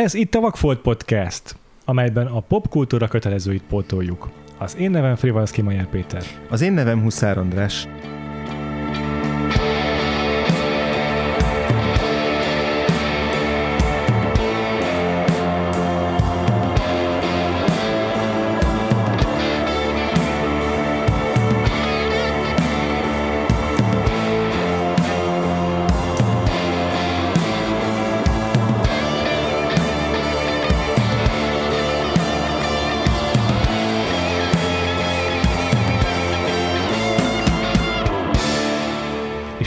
Ez itt a Vagfolt Podcast, amelyben a popkultúra kötelezőit pótoljuk. Az én nevem Frivalszky Majer Péter. Az én nevem Huszár András. És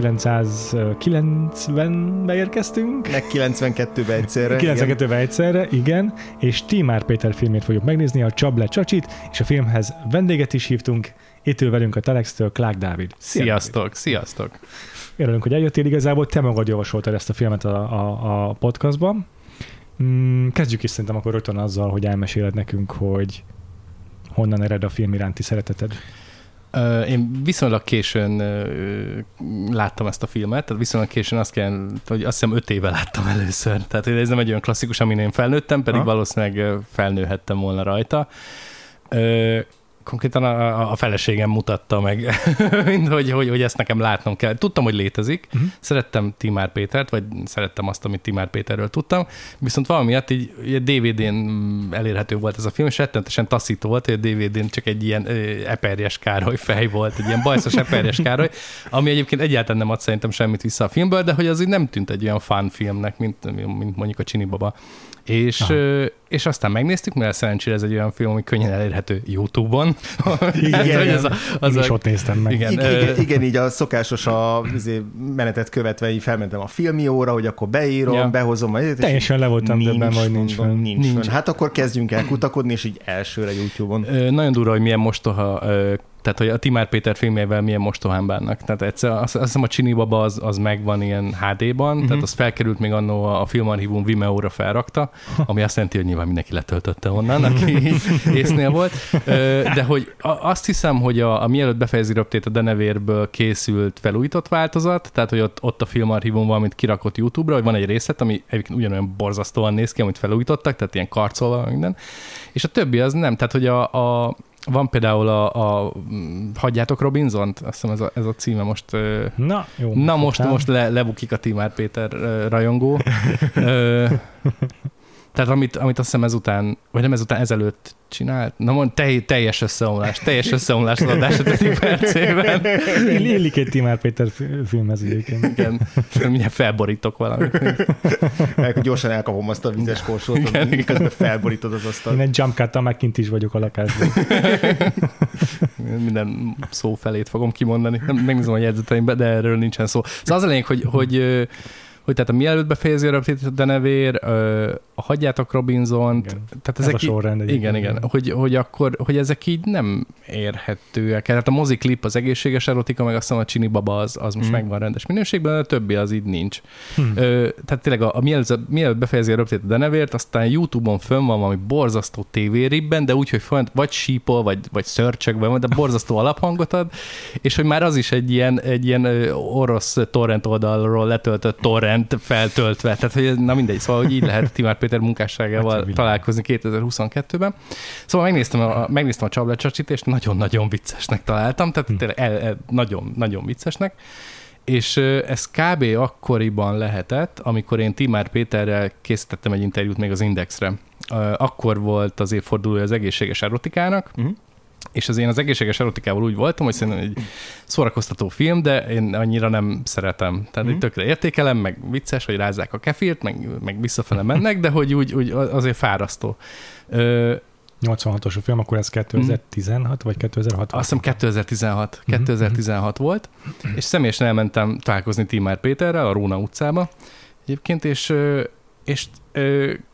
1990-be érkeztünk. Meg 92-be egyszerre. 92-be egyszerre, igen. És Tímár Péter filmét fogjuk megnézni, a Csable Csacsit, és a filmhez vendéget is hívtunk. Itt ül velünk a Telextől Klák Dávid. Sziasztok, sziasztok! Örülünk, hogy eljöttél, igazából te magad javasoltad ezt a filmet a podcastban. Kezdjük is szerintem akkor rögtön azzal, hogy elmeséled nekünk, hogy honnan ered a film iránti szereteted. Én viszonylag későn láttam ezt a filmet, tehát viszonylag későn azt hiszem 5 éve láttam először. Tehát ez nem egy olyan klasszikus, amin én felnőttem, pedig valószínűleg felnőhettem volna rajta. Konkrétan a feleségem mutatta meg, hogy ezt nekem látnom kell. Tudtam, hogy létezik. Szerettem Tímár Pétert, vagy szerettem azt, amit Tímár Péterről tudtam. Viszont valamiatt így DVD-n elérhető volt ez a film, és rettenetesen taszító volt, hogy a DVD-n csak egy ilyen Eperjes Károly fej volt, egy ilyen bajszos Eperjes Károly, ami egyébként egyáltalán nem ad szerintem semmit vissza a filmből, de hogy az így nem tűnt egy olyan fun filmnek, mint mondjuk a Csini Baba. És aztán megnéztük, mert szerencsére ez egy olyan film, ami könnyen elérhető YouTube-on. Igen, én is ott néztem meg. Igen, így a szokásos menetet követve így felmentem a filmióra, hogy akkor beírom, behozom. Teljesen le voltam döbben, vagy nincs fönn. Hát akkor kezdjünk el kutakodni, és így elsőre YouTube-on. Nagyon durva, hogy milyen mostoha, tehát hogy a Tímár Péter filmjével milyen mostohán bánnak. Tehát egyszer azt hiszem a Csini Baba az megvan ilyen HD-ban, tehát az felkerült még annó a Filmarchívum Vimeo-ra felrakta, ami azt jelenti, hogy nyilván mindenki letöltötte onnan, aki észnél volt. De hogy azt hiszem, hogy a mielőtt befejezi röptét a denevérből készült felújított változat, tehát hogy ott a Filmarchívum valamit kirakott YouTube-ra, hogy van egy részlet, ami egyébként ugyanolyan borzasztóan néz ki, amit felújítottak, tehát ilyen karcolva minden. És a többi az nem, tehát hogy van például a Hagyjátok Robinsont, azt hiszem ez a címe most. Na, jó. Na most lebukik a Tímár Péter rajongó. Tehát amit azt hiszem ezután, vagy nem ezután, ezelőtt csinált. Na mond, teljes összeomlás az adás 5. percében. Illik egy Tímár Péter filmhez egyébként. Igen, mindjárt felborítok valamit. Gyorsan elkapom azt a vizes korsót, miközben felborítod az asztalt. Én egy jump cut-tal meg kint is vagyok a lakásban. Minden szó felét fogom kimondani. Megnézem a jegyzeteimbe, de erről nincsen szó. Szóval az a lényeg, hogy tehát a mielőtt befejezi a röptét a denevér, a Hagyjátok Robinsont, tehát ezek ez a sorrend igen, hogy ezek így nem érhetőek. Tehát a moziklip, az egészséges erotika, meg azt mondom, a Csini Baba az most megvan rendes minőségben, de a többi az így nincs. Tehát tényleg mielőtt befejezi a röptét a denevért, aztán YouTube-on fönn van valami borzasztó tévéribben, de úgy, hogy fönn vagy sípol, vagy szörcsökben, de borzasztó alaphangot ad, és hogy már az is egy ilyen orosz torrent oldalról letöltött torrent feltöltve. Tehát, hogy na mindegy, szóval, hogy így lehet Tímár Péter munkásságával találkozni 2022-ben. Szóval megnéztem a Csable Csacsit, és nagyon-nagyon viccesnek találtam, tehát tényleg nagyon viccesnek. És ez kb. Akkoriban lehetett, amikor én Tímár Péterrel készítettem egy interjút még az Indexre. Akkor volt az évfordulója az egészséges erotikának, és én az egészséges erotikával úgy voltam, hogy szerintem egy szórakoztató film, de én annyira nem szeretem. Tehát így tökre értékelem, meg vicces, hogy rázzák a kefirt, meg visszafele mennek, de hogy úgy azért fárasztó. 86-os a film, akkor ez 2016 vagy 2006? Azt hiszem 2016 volt, és személyesen elmentem találkozni Tímár Péterrel a Róna utcába egyébként, és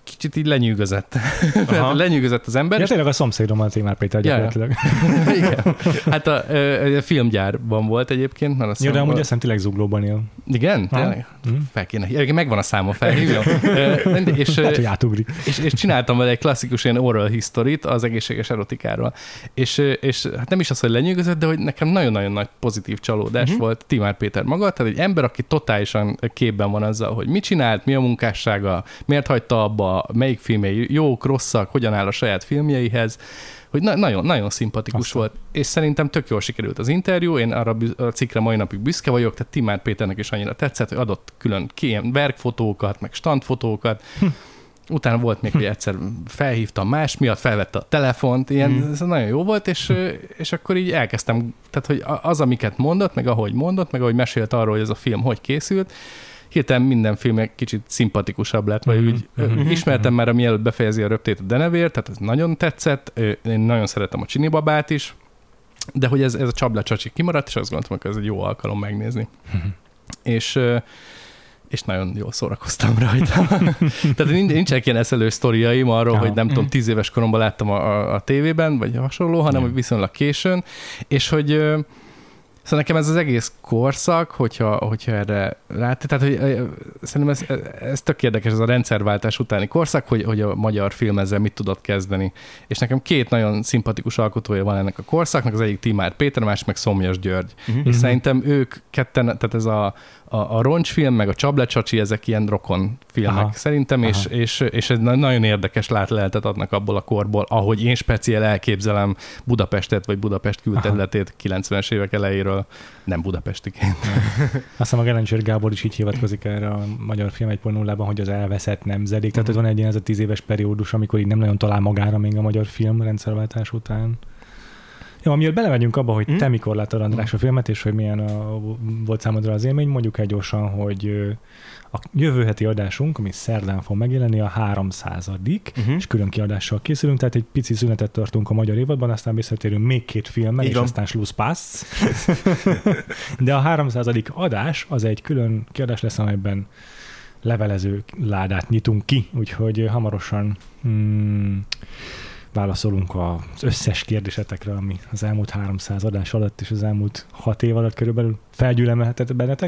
kicsit így lenyűgözött. Lenyűgözött az ember. Ja, tényleg a szomszédommal Timár Péter gyakorlatilag. Igen. Hát a filmgyárban volt egyébként. Mert jó, de amúgy azt hiszem tényleg Zuglóban él. Igen? Tényleg? Fel kéne. Megvan a száma, felhívjam. Hát, hogy átugrik. És csináltam vele egy klasszikus ilyen oral historyt az egészséges erotikáról. És hát nem is az, hogy lenyűgözött, de hogy nekem nagyon-nagyon nagy pozitív csalódás volt Timár Péter maga. Tehát egy ember, aki totálisan képben van azzal, hogy mit csinált, mi a munkássága, miért hagyta abba, melyik filmjei jók, rosszak, hogyan áll a saját filmjeihez, hogy nagyon szimpatikus volt, és szerintem tök jól sikerült az interjú, én arra a cikkre mai napig büszke vagyok, tehát Timár Péternek is annyira tetszett, hogy adott külön ilyen verkfotókat, meg standfotókat, utána volt még, hogy egyszer felhívtam más miatt, felvette a telefont, ez nagyon jó volt, és akkor így elkezdtem, tehát hogy az, amiket mondott, meg ahogy mesélt arról, hogy ez a film hogy készült, hirtelen minden film egy kicsit szimpatikusabb lett, vagy úgy ismertem már, mielőtt befejezi a röptét a Denevért, tehát ez nagyon tetszett, én nagyon szeretem a Csini babát is, de hogy ez a Csabla Csacsi kimaradt, és azt gondoltam, hogy ez egy jó alkalom megnézni. És nagyon jól szórakoztam rajta. Tehát nincsenek ilyen eszelős sztoriaim arról, hogy nem tudom, 10 éves koromban láttam a tévében, vagy hasonló, hanem hogy viszonylag későn, és hogy szóval nekem ez az egész korszak, hogyha erre rát, tehát hogy szerintem ez tök érdekes, ez a rendszerváltás utáni korszak, hogy a magyar film ezzel mit tudott kezdeni. És nekem 2 nagyon szimpatikus alkotója van ennek a korszaknak, az egyik Timár Péter, a másik meg Szomjas György. És szerintem ők ketten, tehát ez a roncsfilm, meg a Csabla Csacsi, ezek ilyen rokon filmek szerintem, és ez nagyon érdekes látlehetet adnak abból a korból, ahogy én speciál elképzelem Budapestet, vagy Budapest külterületét 90-es évek elejéről, nem budapestiként. Aztán a Gerencsér Gábor is így hivatkozik erre a Magyar Film 1.0-ban, hogy az elveszett nemzedék. Tehát ez van egy ilyen ez a 10 éves periódus, amikor így nem nagyon talál magára még a magyar film rendszerváltás után. Jó, amiért belemegyünk abba, hogy te mikor láttad, András, a filmet, és hogy milyen volt számodra az élmény, mondjuk egy gyorsan, hogy a jövő heti adásunk, ami szerdán fog megjelenni, a 300. És külön kiadással készülünk, tehát egy pici szünetet tartunk a magyar évadban, aztán visszatérünk még 2 filmmel, és aztán Schlusspass. De a 300. adás az egy külön kiadás lesz, amelyben levelező ládát nyitunk ki, úgyhogy hamarosan válaszolunk az összes kérdésetekre, ami az elmúlt 300 adás alatt és az elmúlt 6 év alatt körülbelül felgyülemelhetett bennetek.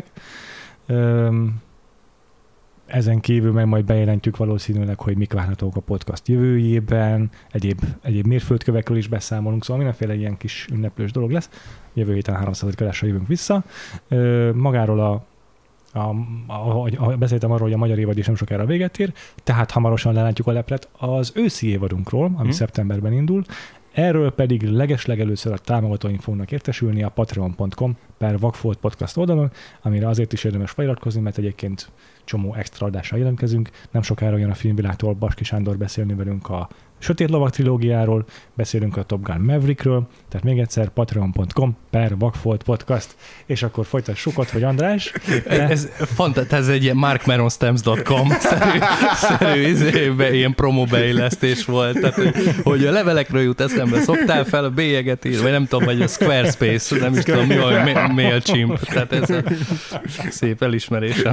Ezen kívül meg majd bejelentjük valószínűleg, hogy mik várhatók a podcast jövőjében, egyéb mérföldkövekről is beszámolunk, szóval mindenféle ilyen kis ünneplős dolog lesz. Jövő héten 300. adásra jövünk vissza. Magáról beszéltem arról, hogy a magyar évad is nem sokára véget ér, tehát hamarosan lelántjuk a leplet az őszi évadunkról, ami szeptemberben indul. Erről pedig legeslegelőször a támogatóink fognak értesülni a patreon.com/Vagfolt podcast oldalon, amire azért is érdemes feliratkozni, mert egyébként csomó extra adással jelentkezünk. Nem sokára jön a Filmvilágtól Baski Sándor beszélni velünk a Sötét Lovak trilógiáról, beszélünk a Top Gun Maverickről, tehát még egyszer patreon.com/Vagfolt podcast, és akkor folytassuk ott, hogy András. Ez egy ilyen markmeronstamps.com szerű ilyen promo beillesztés volt, tehát hogy a levelekről jut eszembe, szoktál fel a bélyeget írni, vagy nem tudom, vagy a Squarespace, nem is tudom, mi a MailChimp, tehát ez a szép elismerésem.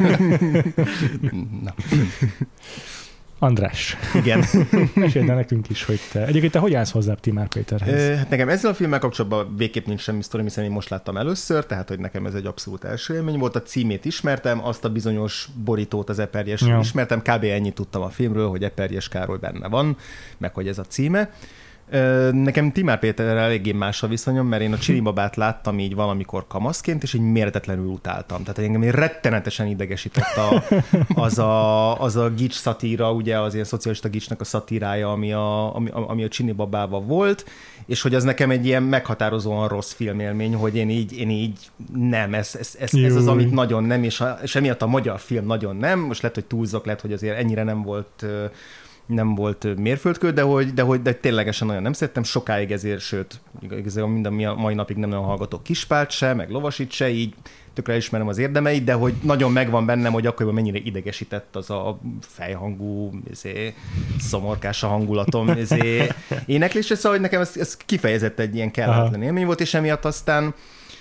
Na. András. Igen. Meséld nekünk is, hogy te hogy állsz hozzá Timár Péterhez? Hát nekem ezzel a filmmel kapcsolatban végképp nincs semmi sztori, hiszen én most láttam először, tehát hogy nekem ez egy abszolút első élmény volt. A címét ismertem, azt a bizonyos borítót az Eperjesről ismertem, kb. Ennyit tudtam a filmről, hogy Eperjes Károly benne van, meg hogy ez a címe. Nekem Timár Péterrel eléggé más a viszonyom, mert én a Csini babát láttam így valamikor kamaszként, és így méretetlenül utáltam. Tehát engem rettenetesen idegesített az a gics szatíra, ugye az ilyen szocialista gicsnek a szatírája, ami a Csini babában volt, és hogy az nekem egy ilyen meghatározóan rossz filmélmény, hogy én így nem, ez az, amit nagyon nem, és emiatt a magyar film nagyon nem. Most lehet, hogy túlzok, lehet, hogy azért ennyire nem volt mérföldkő, de ténylegesen nagyon nem szerettem, sokáig ezért, sőt, igazából minden mai napig nem nagyon hallgatok Kispált se, meg Lovasit se, így tökre ismerem az érdemeit, de hogy nagyon megvan bennem, hogy akkoriban mennyire idegesített az a fejhangú, szomorkás a hangulatom, éneklés, szóval hogy nekem ez kifejezett egy ilyen kellemetlen élmény volt, és emiatt aztán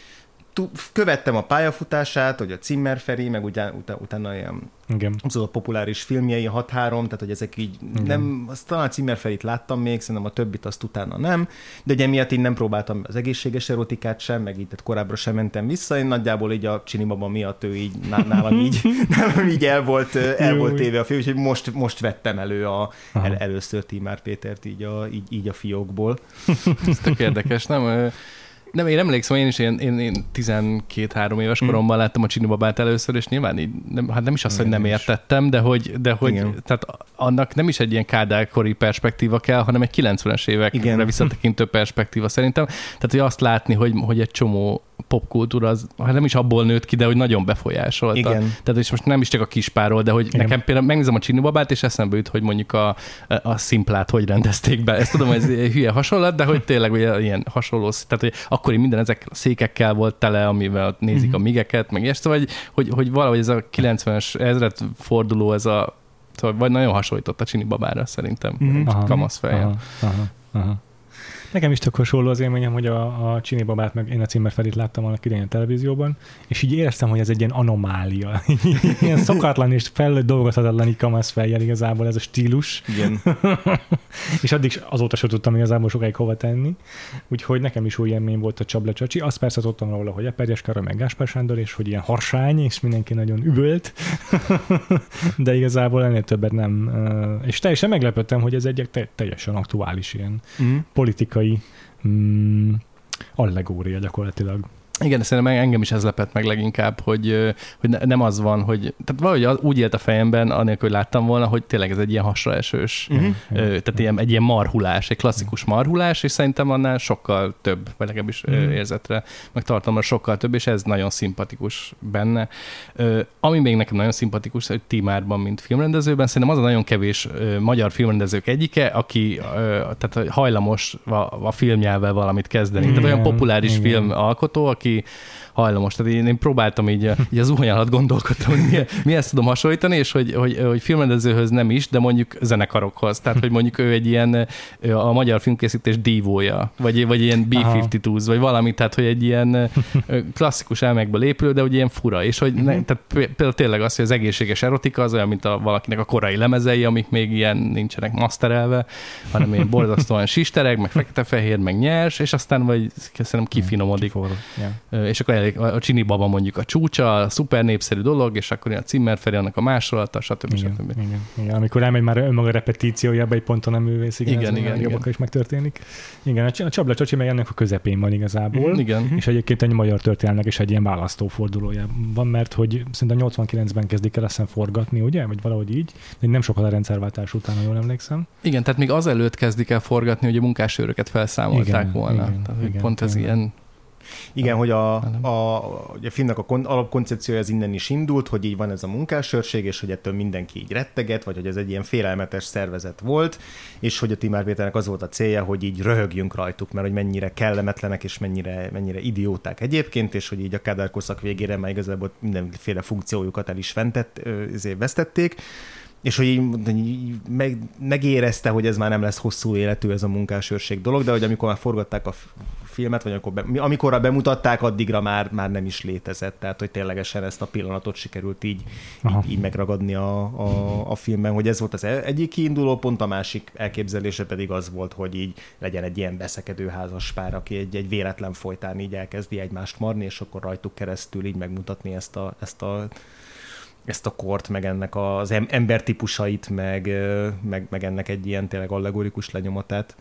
követtem a pályafutását, hogy a Zimmer Feri, meg utána ilyen az a populáris filmjei, 6-3, tehát hogy ezek így nem, azt talán a Zimmer Ferit láttam még, szerintem a többit azt utána nem, de ugye miatt én nem próbáltam az egészséges erotikát sem, meg így, tehát korábbra sem mentem vissza, én nagyjából így a Csini Baba miatt ő így nálam így el volt téve a film, úgyhogy most vettem elő először Tímár Pétert így a fiókból. Ez tök érdekes, nem? Nem, én emlékszem, én is én 12-3 éves koromban láttam a Csini Babát először, és nyilván így, nem is azt, hogy nem értettem, de hogy tehát annak nem is egy ilyen kádárkori perspektíva kell, hanem egy 90-es évekre visszatekintő perspektíva szerintem. Tehát, hogy azt látni, hogy egy csomó popkultúra az nem is abból nőtt ki, de hogy nagyon befolyásolta. Igen. Tehát, és most nem is csak a Kispárról, de hogy nekem például megnézem a Csini Babát, és eszembe jut, hogy mondjuk a Szimplát hogy rendezték be. Ezt tudom, ez hülye hasonlat, de hogy tényleg ugye, ilyen hasonló, tehát hogy akkor minden ezek a székekkel volt tele, amivel nézik a migeket, meg ilyesmi, hogy valahogy ez a 90-es ezredforduló, ez vagy nagyon hasonlított a Csini Babára szerintem. Kamasz fejjel. Nekem is tök hasonló az élményem, hogy a Csini Babát, meg én a Zimmer Ferit láttam annak idején a televízióban, és így éreztem, hogy ez egy ilyen anomália. Ilyen szokatlan és feldolgozhatatlan így kamasz fejjel igazából ez a stílus. Igen. És azóta sem tudtam igazából sokáig hova tenni. Úgyhogy nekem is új élmény volt a Csabla Csacsi. Azt persze tudtam róla, hogy Eperjes Károly, meg Gáspár Sándor, és hogy ilyen harsány, és mindenki nagyon üvölt. De igazából ennél többet nem. És teljesen meglepődtem, hogy ez egy teljesen aktuális ilyen politikai allegória gyakorlatilag. Igen, szerintem engem is ez lepett meg leginkább, hogy nem az van, hogy tehát valahogy úgy élt a fejemben, anélkül, hogy láttam volna, hogy tényleg ez egy ilyen hasraesős, tehát egy ilyen marhulás, egy klasszikus marhulás, és szerintem annál sokkal több, vagy legalábbis érzetre, meg tartalomra sokkal több, és ez nagyon szimpatikus benne. Ami még nekem nagyon szimpatikus, hogy Tímárban, mint filmrendezőben, szerintem az a nagyon kevés magyar filmrendezők egyike, aki tehát hajlamos a filmnyelvvel valamit kezdeni. Tehát olyan populáris filmalkotó, aki hajlamos. Tehát én próbáltam így az uhony alatt gondolkodtam, hogy mi ezt tudom hasonlítani, és hogy filmrendezőhöz nem is, de mondjuk zenekarokhoz. Tehát, hogy mondjuk ő egy ilyen a magyar filmkészítés dívója, vagy ilyen B-52s, vagy valami, tehát, hogy egy ilyen klasszikus elmekből épülő, de hogy ilyen fura. És hogy tehát például tényleg az, hogy az egészséges erotika az olyan, mint valakinek a korai lemezei, amik még ilyen nincsenek masterelve, hanem ilyen borzasztóan sistereg, meg fekete-fehér, meg nyers, és aztán vagy szerintem kifinomodik. És akkor a Csini Baba mondjuk a csúcsa, a szuper népszerű dolog, és akkor a Zimmer Feri annak a másolata, stb. Igen, amikor elmegy már önmaga repetíciójába, egy ponton nem művész, igen. is megtörténik. Igen, a Csabla Csacsi meg ennek a közepén van igazából, és egyébként egy magyar történelmek is egy ilyen választófordulója van, mert hogy szerintem 89-ben kezdik el aztán forgatni, ugye? Vagy valahogy így, de nem sokkal a rendszerváltás után, ha jól emlékszem. Igen, tehát még azelőtt kezdik el forgatni, hogy a munkásőröket felszámolták volna. Tehát pont ez ilyen. Igen, hogy a filmnek a alapkoncepciója az innen is indult, hogy így van ez a munkásőrség, és hogy ettől mindenki így retteget, vagy hogy ez egy ilyen félelmetes szervezet volt, és hogy a Tímár Péternek az volt a célja, hogy így röhögjünk rajtuk, mert hogy mennyire kellemetlenek, és mennyire idióták egyébként, és hogy így a Kádár korszak végére már igazából mindenféle funkciójukat el is vesztették, és hogy így megérezte, hogy ez már nem lesz hosszú életű ez a munkásőrség dolog, de hogy amikor már forgatták a filmet, vagy amikor bemutatták, addigra már nem is létezett. Tehát, hogy ténylegesen ezt a pillanatot sikerült így megragadni a filmben, hogy ez volt az egyik kiinduló pont, a másik elképzelése pedig az volt, hogy így legyen egy ilyen veszekedő házaspár, aki egy véletlen folytán így elkezdi egymást marni, és akkor rajtuk keresztül így megmutatni ezt a kort, meg ennek az embertípusait, meg ennek egy ilyen tényleg allegorikus lenyomatát.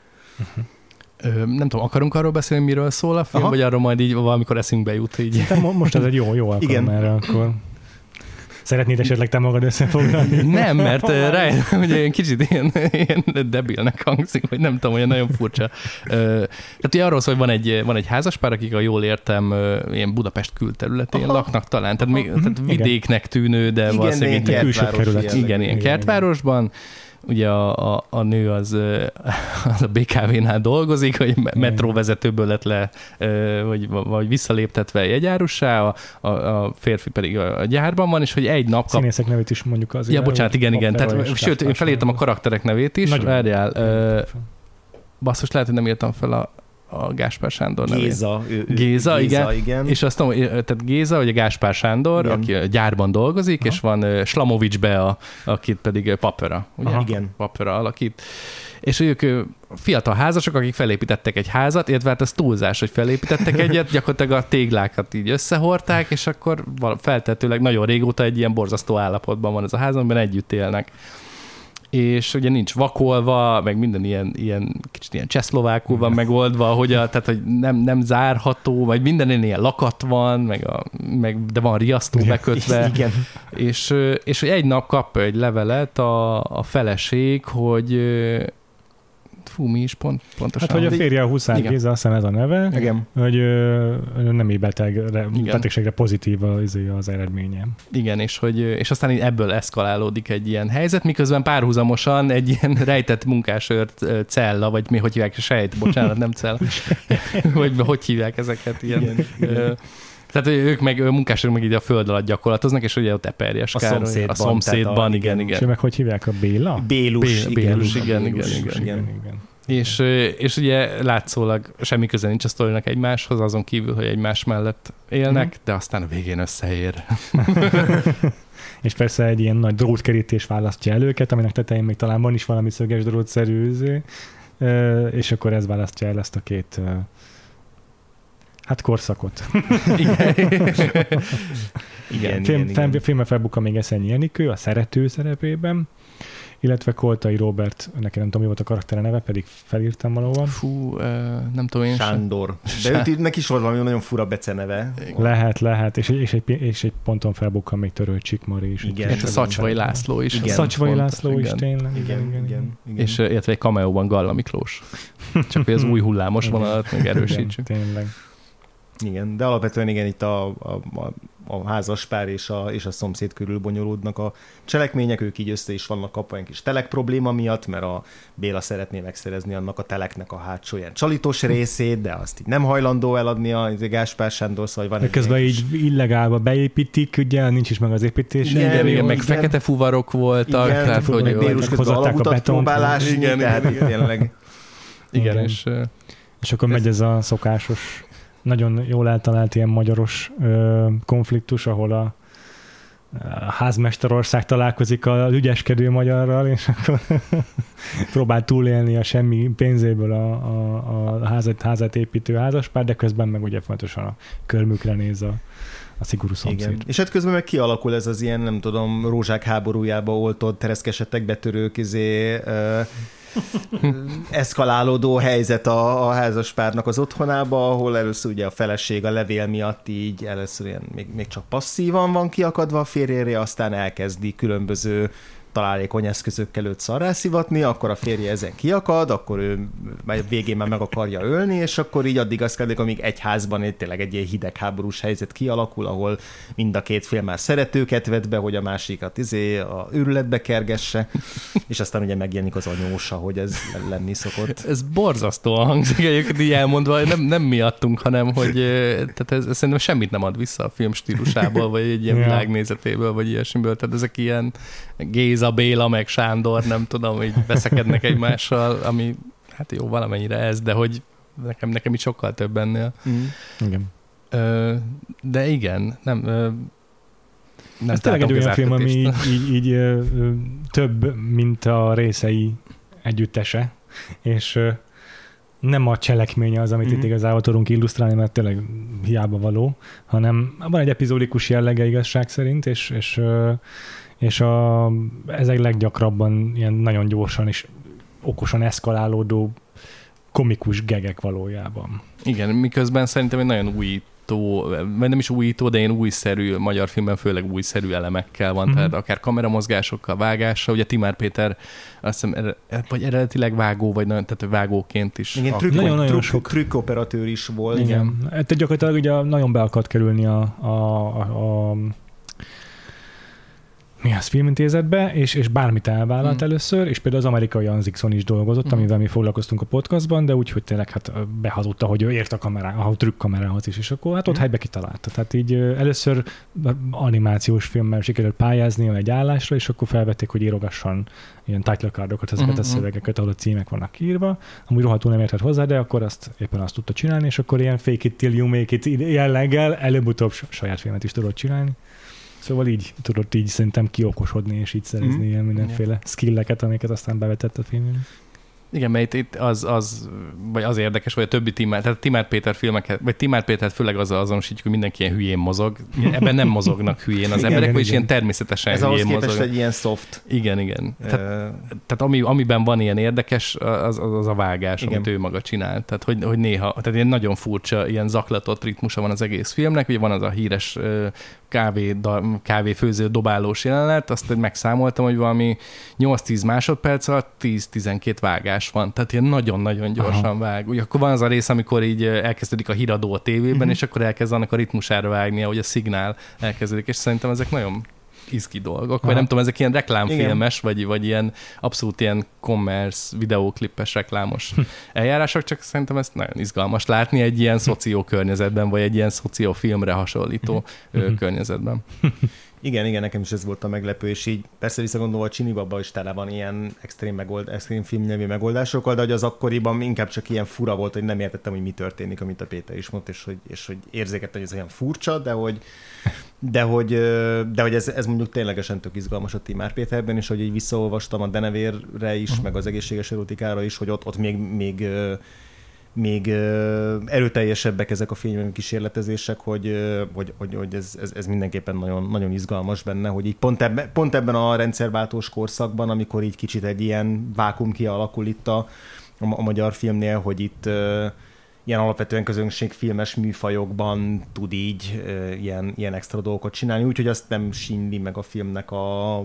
Nem tudom, akarunk arról beszélni, miről szól a film, vagy arról majd így valamikor eszünkbe jut így? Most ez egy jó alkalom erre akkor. Szeretnéd esetleg te magad összefoglalni? Nem, mert rájöttem, hogy egy kicsit ilyen debilnek hangzik, vagy nem tudom, olyan nagyon furcsa. Tehát ugye arról szól, hogy van egy házaspár, akik, ha jól értem, ilyen Budapest külterületén laknak talán, tehát vidéknek tűnő, de valószínűleg ilyen kertvárosban. Ugye a nő az a BKV-nál dolgozik, hogy metróvezetőből lett le, vagy visszaléptetve jegyárussá, a férfi pedig a gyárban van, és hogy egy nap Színészek nevét is mondjuk azért. Ja, bocsánat, igen. Tehát, sőt, én felírtam a karakterek nevét is. Várjál. Basszus, lehet, hogy nem írtam fel a Gáspár Sándor nevét? Géza, igen. És azt mondom, tehát Géza, vagy a Gáspár Sándor, igen. Aki a gyárban dolgozik, és van Slamovics Bea, akit pedig Papera, ugye? Igen. Papera alakít. És ők fiatal házasok, akik felépítettek egy házat, illetve hát ez túlzás, hogy felépítettek egyet, gyakorlatilag a téglákat így összehordták, és akkor feltetőleg nagyon régóta egy ilyen borzasztó állapotban van ez a ház, amiben együtt élnek. És ugye nincs vakolva, meg minden ilyen kicsit ilyen csehszlovákul van megoldva, tehát hogy nem zárható, vagy mindenén ilyen lakat van, de van riasztó bekötve. Igen. És hogy egy nap kap egy levelet a feleség, hogy mi is pontosan? Hát, hogy a férje a Huszár Géza, azt hiszem ez a neve, igen. Hogy nemi betegségre pozitív az eredménye. Igen, és aztán ebből eszkalálódik egy ilyen helyzet, miközben párhuzamosan egy ilyen rejtett munkásőrt cella, vagy mi, hogy hívják, bocsánat, nem cella, vagy hogy hívják ezeket ilyen... Tehát ők meg munkások meg így a föld alatt gyakorlatoznak, és ugye ott Eperjes Károly. A szomszédban, igen. És meg hogy hívják a Béla? Bélus, igen. És ugye látszólag semmi köze nincs a sztorinak egymáshoz, azon kívül, hogy egymás mellett élnek, de aztán a végén összeér. És persze egy ilyen nagy drótkerítés választja el őket, aminek tetején még talán van is valami szöges drótszerű, és akkor ez választja el ezt a két korszakot. Igen. Filmben felbukkan még Eszenyi Enikő a szerető szerepében, illetve Koltai Róbert, nekem nem tudom, mi volt a karaktere neve, pedig felírtam valahol. Nem tudom én Sándor. De neki is volt valami nagyon fura beceneve. Lehet. És egy ponton felbukkan még Törölcsik Mari is. Igen. És a Szacsvai László is. Igen. Szacsvai László is, tényleg. Igen. És illetve egy cameóban Galla Miklós. Csak hogy az új hullámos vonalat még erősítsük. Tényleg. Igen, de alapvetően igen, itt a házaspár és a szomszéd körül bonyolódnak a cselekmények, ők így össze is vannak kapva egy kis telek probléma miatt, mert a Béla szeretné megszerezni annak a teleknek a hátsó ilyen csalitos részét, de azt így nem hajlandó eladni a Gáspár Sándor, szóval van közben így illegálba beépítik, ugye nincs is meg az építés. Igen, meg fekete fuvarok voltak. Igen, tehát, hogy Bélus közben alagutat próbálásni, tehát tényleg. Igen, és akkor megy ez a szokásos, nagyon jól eltalált ilyen magyaros konfliktus, ahol a házmesterország találkozik az ügyeskedő magyarral, és akkor próbál túlélni a semmi pénzéből a házat építő házaspár, de közben meg ugye fontosan a körmükre néz a szigorú szomszéd. Igen. És hát közben meg kialakul ez az ilyen, nem tudom, rózsák háborújába oltott, tereszkesetek betörők, eszkalálódó helyzet a házaspárnak az otthonába, ahol először ugye a feleség a levél miatt így először ilyen még csak passzívan van kiakadva a férjére, aztán elkezdi különböző találékony eszközökkel őt szarrászivatni, akkor a férje ezen kiakad, akkor ő végén már meg akarja ölni, és akkor így addig azt kell, amíg egy házban tényleg egy ilyen hidegháborús helyzet kialakul, ahol mind a két fél már szeretőket vet be, hogy a másikat a őrületbe kergesse, és aztán ugye megjelenik az anyósa, hogy ez lenni szokott. Ez borzasztóan hangzik egyébként így elmondva, nem miattunk, hanem hogy tehát ez szerintem semmit nem ad vissza a film stílusából, vagy egy ilyen világnézetéből, vagy ilyesmiből, tehát ezek ilyen Géza, Béla, meg Sándor, nem tudom, hogy veszekednek egymással, ami hát jó, valamennyire ez, de hogy nekem itt sokkal több ennél. Igen. De igen, nem ez tényleg egy olyan film, ami így több, mint a részei együttese, és nem a cselekménye az, amit itt igazából tudunk illusztrálni, mert tényleg hiába való, hanem van egy epizódikus jellege igazság szerint, és ezek leggyakrabban ilyen nagyon gyorsan és okosan eszkalálódó komikus gegek valójában. Igen, miközben szerintem egy nagyon újító, vagy nem is újító, de ilyen újszerű, magyar filmben főleg újszerű elemekkel van, tehát akár kameramozgásokkal, vágással, ugye Timár Péter azt hiszem, vagy eredetileg vágó, vagy nagyon, tehát vágóként is. Igen, nagyon sok trükkoperatőr is volt. Igen. Hát gyakorlatilag ugye nagyon be akart kerülni a filmintézetbe, és bármit elvállalt először, és például az amerikai Anzixon is dolgozott, amivel mi foglalkoztunk a podcastban, de úgy, hogy tényleg behazudta, hogy ő ért a trükkamerához is, és akkor ott helybe kitalálta. Tehát így először animációs filmmel sikerült pályázni egy állásra, és akkor felvették, hogy írogasson ilyen title cardokat, ezeket a szövegeket, ahol a címek vannak írva, amúgy rohadtul nem értett hozzá, de akkor éppen azt tudta csinálni, és akkor ilyen fake it till you make it jelleggel előbb-utóbb saját filmet is tudott csinálni. Szóval így tudott így szerintem kiokosodni, és így szerezni ilyen mindenféle skilleket, amiket aztán bevetett a filmben. Igen, mert itt az érdekes, vagy a többi Timár Péter filmeket, vagy Timár Pétert főleg azzal azonosítjuk, hogy mindenki ilyen hülyén mozog. Ebben nem mozognak hülyén az emberek, vagyis ilyen természetesen ez hülyén mozognak. Ez ahhoz képest egy ilyen soft. Igen. Tehát amiben van ilyen érdekes, az a vágás, amit ő maga csinál. Tehát, hogy néha, tehát ilyen nagyon furcsa, ilyen zaklatott ritmusa van az egész filmnek, ugye van az a híres kávéfőző dobálós jelenet, azt megszámoltam, hogy valami 8-10 másodperc alatt 10-12 vágás van, tehát ilyen nagyon-nagyon gyorsan vág. Ugye akkor van az a rész, amikor így elkezdődik a híradó a tévében, és akkor elkezd annak a ritmusára vágni, ahogy a szignál elkezdődik, és szerintem ezek nagyon izgi dolgok, vagy nem tudom, ezek ilyen reklámfilmes, vagy ilyen abszolút ilyen commerce, videóklippes, reklámos eljárások, csak szerintem ezt nagyon izgalmas látni egy ilyen szociókörnyezetben, vagy egy ilyen szociófilmre hasonlító környezetben. Igen, nekem is ez volt a meglepő, és így persze visszagondolva a Csini Baba is tele van ilyen extrém filmnyelvű megoldásokkal, de hogy az akkoriban inkább csak ilyen fura volt, hogy nem értettem, hogy mi történik, amit a Péter is mondta, és hogy érzékeltem, hogy ez olyan furcsa, de hogy ez mondjuk ténylegesen tök izgalmas a Timár Péterben, és hogy így visszaolvastam a Denevérre is, meg az egészséges erotikára is, hogy ott még erőteljesebbek ezek a filmem kísérletezések, hogy ez mindenképpen nagyon, nagyon izgalmas benne, hogy így pont ebben a rendszerváltós korszakban, amikor így kicsit egy ilyen vákum kialakul itt a magyar filmnél, hogy itt ilyen alapvetően közönségfilmes műfajokban tud így ilyen extra dolgokat csinálni, úgyhogy azt nem sínli meg a filmnek a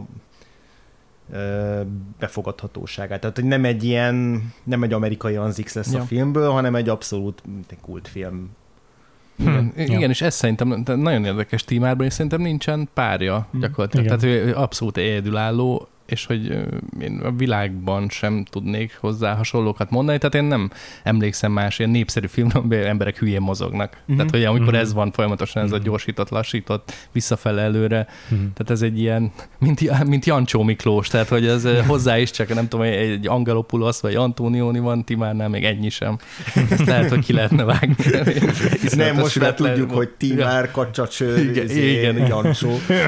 befogadhatóságát. Tehát, hogy nem egy amerikai Anzix lesz a filmből, hanem egy abszolút kultfilm. Igen, és ez szerintem nagyon érdekes Timárban, és szerintem nincsen párja gyakorlatilag. Tehát ő abszolút egyedülálló, és hogy én a világban sem tudnék hozzá hasonlókat mondani, tehát én nem emlékszem más ilyen népszerű filmről, amiben emberek hülyén mozognak. Tehát, hogy amikor ez van folyamatosan, ez a gyorsított, lassított, visszafele előre, tehát ez egy ilyen, mint Jancsó Miklós, tehát, hogy ez hozzá is csak, nem tudom, egy Angelopulos vagy Antonioni van, Timárnál még ennyi sem. Ezt lehet, hogy ki lehetne vágni. Nem, most már tudjuk, hogy Timár, Kacsacsőr, Jancsó.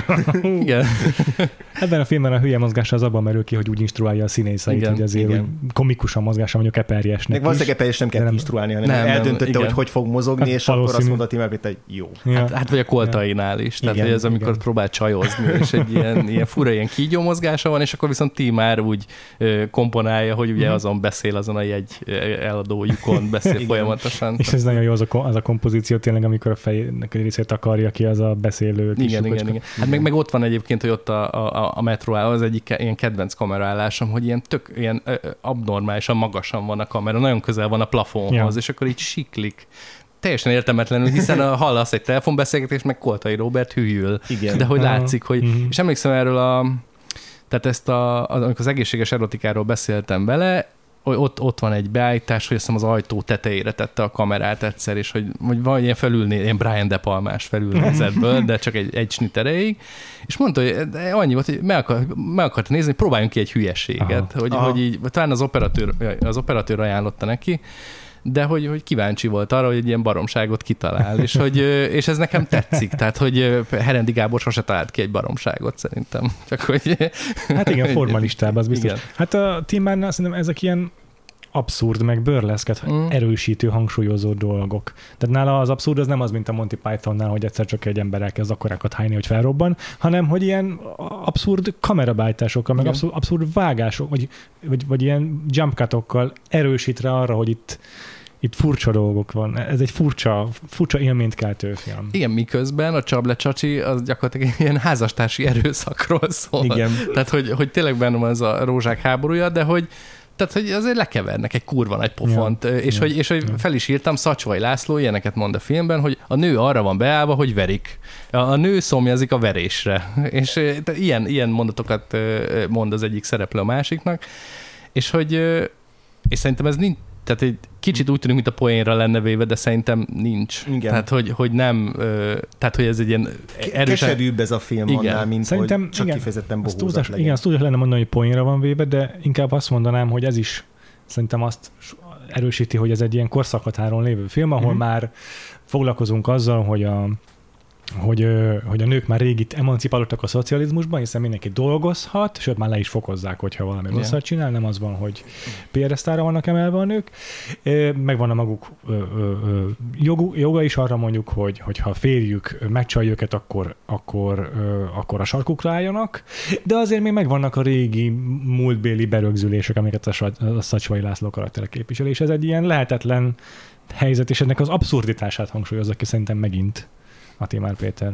Igen. Ebben a filmben a hülye mozgása az abban merül ki, hogy úgy instruálja a színészeit, hogy azért úgy komikusan mozgása mondjuk Eperjesnek is. Valószínűleg Eperjes nem kell instruálni, hanem eldöntötte, hogy fog mozogni, és akkor azt mondta Timár Péter, hogy jó. Hát vagy a Koltainál is. Tehát hogy ez amikor próbál csajozni, és egy ilyen fura, ilyen kígyó mozgása van, és akkor viszont Timár úgy komponálja, hogy ugye azon beszél, azon a jegy eladójukon beszél folyamatosan. És ez nagyon jó az a kompozíció tényleg, amikor a fejnek egy részét akarja ki, az a beszélő. Igen. Hát meg ott van egyébként, hogy ott a metróál az egyik ilyen kedvenc kameraállásom, hogy ilyen abnormálisan magasan van a kamera, nagyon közel van a plafonhoz, és akkor így siklik. Teljesen értelmetlenül, hiszen hallasz egy telefonbeszélgetést, meg Koltai Róbert hűl. Igen. De hogy látszik, hogy... És emlékszem erről tehát amikor az egészséges erotikáról beszéltem vele, ott van egy beállítás, hogy azt hiszem az ajtó tetejére tette a kamerát egyszer, és hogy van ilyen ilyen Brian De Palmás felülnézetből, de csak egy snit erejéig, és mondta, hogy annyi volt, hogy meg akarta nézni, hogy próbáljunk ki egy hülyeséget, hogy így, talán az operatőr ajánlotta neki, de hogy kíváncsi volt arra, hogy egy ilyen baromságot kitalál, és ez nekem tetszik, tehát hogy Herendi Gábor sose talált ki egy baromságot szerintem. Csak hogy... Hát igen, formalistább, az biztos. Igen. Hát a Timárnál szerintem ezek ilyen abszurd, meg burleszket erősítő, hangsúlyozó dolgok. Tehát nála az abszurd az nem az, mint a Monty Pythonnál, hogy egyszer csak egy ember elkezd akkorákat hájni, hogy felrobban, hanem hogy ilyen abszurd kamerabájtásokkal, meg abszurd vágások, vagy ilyen jump cutokkal erősít rá arra, hogy itt furcsa dolgok van. Ez egy furcsa élményt keltő film. Igen, miközben a Csable Csacsi az gyakorlatilag ilyen házastársi erőszakról szól. Igen. Tehát, hogy tényleg benne van ez a rózsák háborúja, de hogy tehát, hogy azért lekevernek egy kurva nagy pofont, és hogy fel is írtam, Szacsvay László ilyeneket mond a filmben, hogy a nő arra van beállva, hogy verik. A nő szomjazik a verésre. És ilyen mondatokat mond az egyik szereplő a másiknak, és szerintem ez nincs, tehát egy kicsit úgy tűnik, mint a poénra lenne véve, de szerintem nincs. Igen. Tehát, hogy nem, tehát, hogy ez egy ilyen erősen... Keserűbb ez a film annál, mint szerintem, hogy csak kifejezetten bohózat legyen. Igen, azt úgy lenne mondani, hogy poénra van véve, de inkább azt mondanám, hogy ez is szerintem azt erősíti, hogy ez egy ilyen korszakhatáron lévő film, ahol már foglalkozunk azzal, hogy a nők már rég itt emancipálódtak a szocializmusban, hiszen mindenki dolgozhat, sőt már le is fokozzák, hogyha valami rosszat csinál, nem az van, hogy piedesztára vannak emelve a nők. Megvan a maguk joga is arra mondjuk, hogy ha a férjük megcsalja őket, akkor a sarkukra álljanak, de azért még megvannak a régi múltbéli berögzülések, amiket a Szacsvay László karaktere képvisel, és ez egy ilyen lehetetlen helyzet, és ennek az abszurditását hangsúlyozza ki szerintem megint a Timár Péter.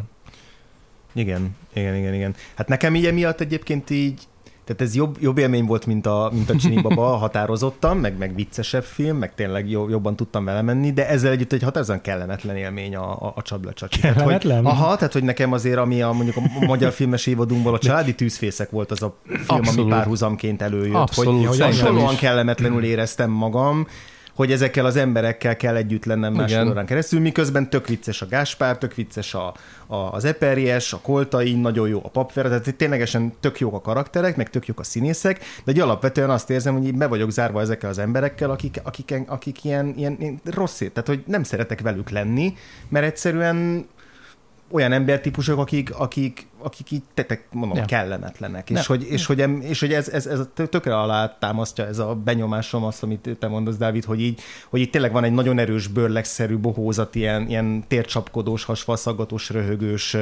Igen. Hát nekem így emiatt egyébként így, tehát ez jobb élmény volt, mint a Csini Baba határozottan, meg viccesebb film, meg tényleg jobban tudtam vele menni, de ezzel együtt egy határozottan kellemetlen élmény a Csabla Csacsi. Kellemetlen? Tehát hogy nekem azért, ami mondjuk a magyar filmes évadunkból a Családi tűzfészek volt az a film, abszolút, ami párhuzamként előjött. Abszolút, hogy hasonlóan kellemetlenül éreztem magam, hogy ezekkel az emberekkel kell együtt lennem másfél órán keresztül, miközben tök vicces a Gáspár, tök vicces az Eperjes, a Koltai, nagyon jó a Papver, tehát ténylegesen tök jók a karakterek, meg tök jók a színészek, de alapvetően azt érzem, hogy be vagyok zárva ezekkel az emberekkel, akik ilyen rossz, tehát hogy nem szeretek velük lenni, mert egyszerűen olyan embertípusok, akik így mondom, kellemetlenek. És hogy ez tökre alá támasztja ez a benyomásom azt, amit te mondasz, Dávid, hogy így tényleg van egy nagyon erős bőrlegszerű bohózat, ilyen tércsapkodós, hasfalszaggatós, röhögős,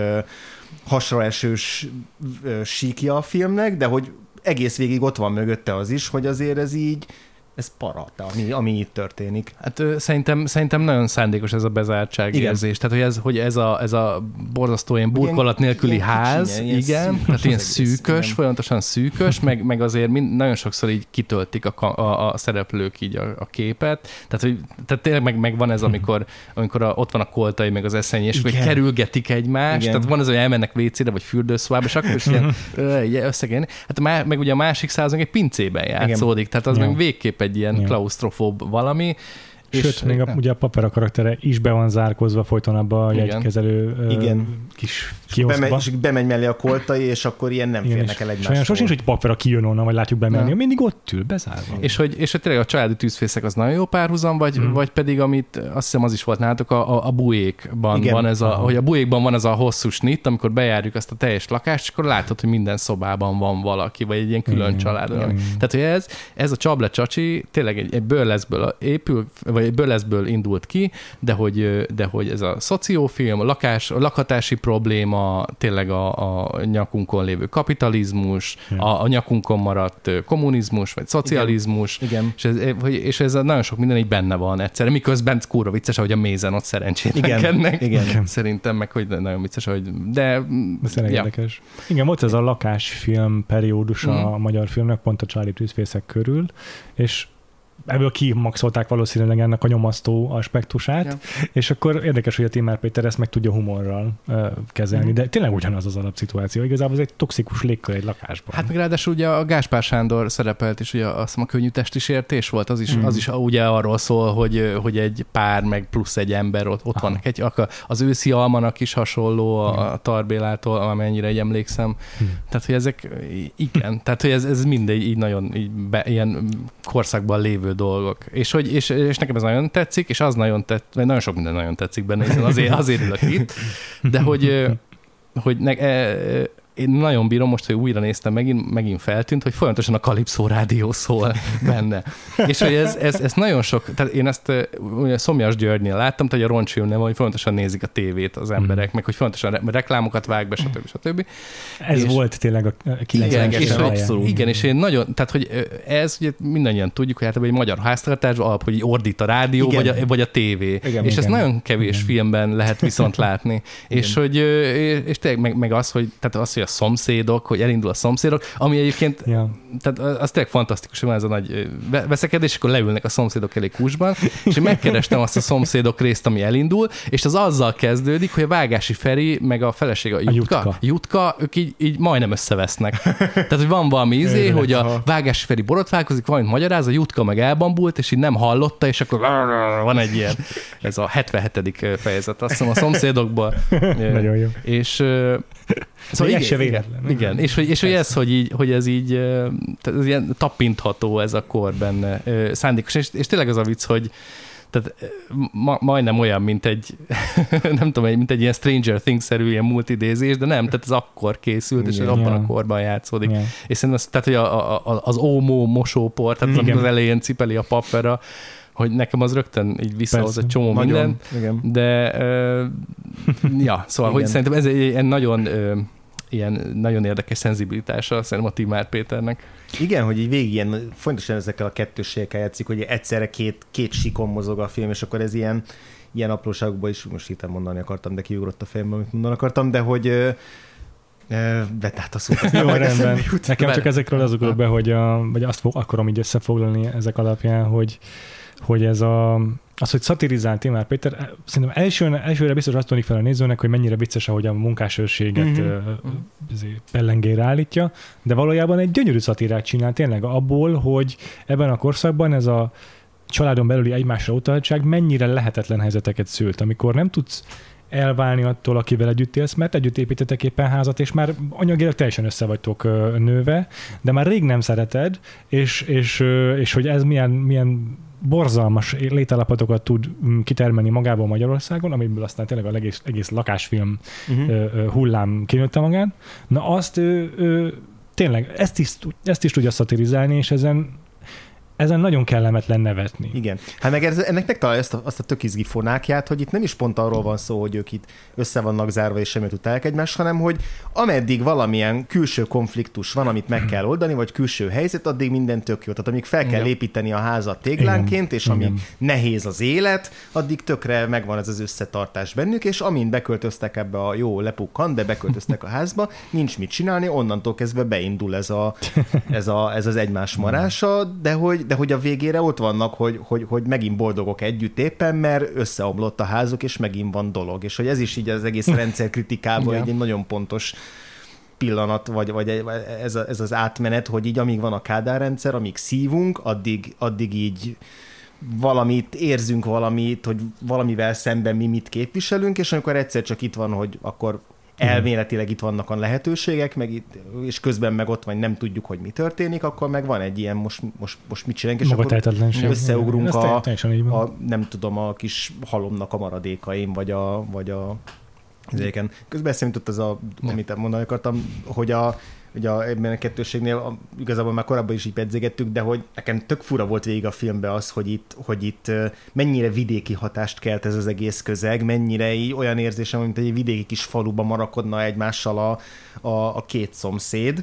hasraesős síkja a filmnek, de hogy egész végig ott van mögötte az is, hogy azért ez para, ami itt történik. Hát szerintem nagyon szándékos ez a bezártság érzés. Tehát, hogy ez a borzasztó ilyen burkolat nélküli ház, igen, tehát ilyen szűkös, folyamatosan szűkös, meg azért nagyon sokszor így kitöltik a szereplők így a képet. Tehát tényleg meg van ez, amikor ott van a Koltai, meg az Eszenyi, és hogy kerülgetik egymást. Igen. Tehát van ez, hogy elmennek WC-re, vagy fürdőszobába, és akkor is ilyen összegélni. Hát meg ugye a másik százon egy pincében játszódik, tehát az meg végképp egy ilyen klausztrofób valami. Sőt, még ugye a Papera karaktere is be van zárkozva folyton abba a jegykezelő kis kioszkba. És bemegy mellé a Koltai, és akkor ilyen nem férnek el egymásról. Sosem, hogy Papera kijön onnan, vagy látjuk bemenni, mindig ott ül, bezárva. És hogy tényleg a Családi tűzfészek az nagyon jó párhuzam, vagy pedig amit azt hiszem az is volt nálatok, a Bujékban van ez hogy a Bujékban van ez a hosszú snit, amikor bejárjuk azt a teljes lakást, és akkor látod, hogy minden szobában van valaki, vagy egy ilyen külön család. Tehát, hogy ez a Csabla Csacsi tényleg egy bőrleszből épül, vagy egy bőrleszből indult ki, de hogy ez a szociófilm, a lakhatási probléma, tényleg a nyakunkon lévő kapitalizmus, a nyakunkon maradt kommunizmus, vagy szocializmus, igen. És ez nagyon sok minden így benne van egyszerre, miközben kurva vicces, ahogy a mézen ott szerencsétlenkednek. Igen. Szerintem meg, hogy nagyon vicces, de érdekes. Igen, volt ez a lakásfilm periódus a magyar filmnek, pont a Családi tűzfészek körül, és ebből kimaxolták valószínűleg ennek a nyomasztó aspektusát, és akkor érdekes, hogy a Timár Péter ezt meg tudja humorral kezelni, de tényleg ugyanaz az alapszituáció. Igazából ez egy toxikus légkör egy lakásban. Hát meg ráadásul ugye a Gáspár Sándor szerepelt, és ugye azt hiszem a Könnyű testisértés volt, az is ugye arról szól, hogy egy pár, meg plusz egy ember ott vannak. Az Őszi Almanak is hasonló a Tarbélától, amennyire így emlékszem. Tehát, hogy ezek, igen, tehát, hogy ez mindegy így nagyon ilyen korszakban lévő dolgok. És nekem ez nagyon tetszik, és az nagyon vagy nagyon sok minden nagyon tetszik benne, hiszen azért ülök itt, de én nagyon bírom most, hogy újra néztem, megint feltűnt, hogy folyamatosan a Kalipszó rádió szól benne. És hogy ez nagyon sok, tehát én ezt Szomjas Györgynél láttam, hogy a roncsfilmnél hogy folyamatosan nézik a tévét az emberek, meg hogy folyamatosan reklámokat vág be, stb. Ez volt tényleg a 90-es abszolút. Igen, és én nagyon, tehát hogy ez ugye mindannyian tudjuk, hogy általában egy magyar háztartásban alap, hogy ordít a rádió, vagy a tévé. Igen, és ezt nagyon kevés filmben lehet viszont látni. És tényleg meg az, hogy a szomszédok, hogy elindul a szomszédok, ami egyébként, tehát az tényleg fantasztikus, hogy van ez a nagy veszekedés, akkor leülnek a szomszédok elé kúsban, és én megkerestem azt a szomszédok részt, ami elindul, és az azzal kezdődik, hogy a Vágási Feri, meg a felesége, a Jutka, ők így majdnem összevesznek. Tehát, hogy van valami hogy a Vágási Feri borotválkozik, valamit magyaráz, a Jutka meg elbambult, és így nem hallotta, és akkor van egy ilyen, ez a 77. fejezet, azt hiszem a szomszédokból. Nagyon jó. És szóval igen. És hogy ez, hogy ez így ez ilyen tapintható ez a kor benne szándékos, és tényleg az a vicc, hogy tehát majdnem olyan, mint egy nem tudom, mint egy ilyen Stranger Things-szerű ilyen multidézés, de nem, tehát ez akkor készült, és ez abban a korban játszódik. Igen. És szerintem tehát, hogy az ómó mosópor, tehát az elején cipeli a papera, hogy nekem az rögtön így visszahoz egy csomó minden, de ja, szóval, hogy szerintem ez egy nagyon ilyen nagyon érdekes szenzibilitása szerintem a Timár Péternek. Igen, hogy így végig ilyen fontosan ezekkel a kettősségekkel játszik, hogy egyszerre két síkon mozog a film, és akkor ez ilyen apróságokban is, most hirtelen mondani akartam, de kiugrott a fejembe, amit mondani akartam, de hogy vett át a szót. Jó, rendben. Nekem csak ezekről az ugrott be, hogy vagy azt akarom így összefoglalni ezek alapján, hogy ez az, hogy szatirizál Timár Péter, szerintem elsőre biztos azt tűnik fel a nézőnek, hogy mennyire vicces, ahogy a munkásőrséget pellengére állítja, de valójában egy gyönyörű szatirát csinál tényleg abból, hogy ebben a korszakban ez a családon belüli egymásra utaltság mennyire lehetetlen helyzeteket szült, amikor nem tudsz elválni attól, akivel együtt élsz, mert együtt építetek éppen házat, és már anyagilag teljesen össze vagytok nőve, de már rég nem szereted, és hogy ez milyen borzalmas létállapotokat tud kitermelni magából Magyarországon, amiből aztán tényleg a egész lakásfilm hullám kinőtte magát. Na azt tényleg ezt is tudja szatirizálni, és ezen nagyon kellemetlen nevetni. Igen. Hát meg ennek megtalálja azt a tök izgi fonákját, hogy itt nem is pont arról van szó, hogy ők itt össze vannak zárva és semmit utálják egymást, hanem hogy ameddig valamilyen külső konfliktus van, amit meg kell oldani, vagy külső helyzet, addig minden tök jó. Tehát amíg fel kell építeni a házat téglánként, és amíg nehéz az élet, addig tökre megvan ez az összetartás bennük, és amint beköltöztek ebbe a jó lepukkan, de beköltöztek a házba, nincs mit csinálni, onnantól kezdve beindul ez az egymás marása, de hogy a végére ott vannak, hogy megint boldogok együtt éppen, mert összeomlott a házuk, és megint van dolog. És hogy ez is így az egész rendszer kritikában egy nagyon pontos pillanat, vagy ez az átmenet, hogy így amíg van a Kádár rendszer, amíg szívunk, addig így valamit érzünk, hogy valamivel szemben mi mit képviselünk, és amikor egyszer csak itt van, hogy akkor elméletileg itt vannak a lehetőségek, és közben meg ott van, nem tudjuk, hogy mi történik, akkor meg van egy ilyen most mit csinálunk, és akkor összeugrunk nem tudom, a kis halomnak a maradékaim, vagy a közben eszembe jutott amit mondani akartam, hogy ebben a kettősségnél igazából már korábban is így pedzegettük, de hogy nekem tök fura volt végig a filmben az, hogy itt mennyire vidéki hatást kelt ez az egész közeg, mennyire olyan érzésem, mint egy vidéki kis faluba marakodna egymással a két szomszéd.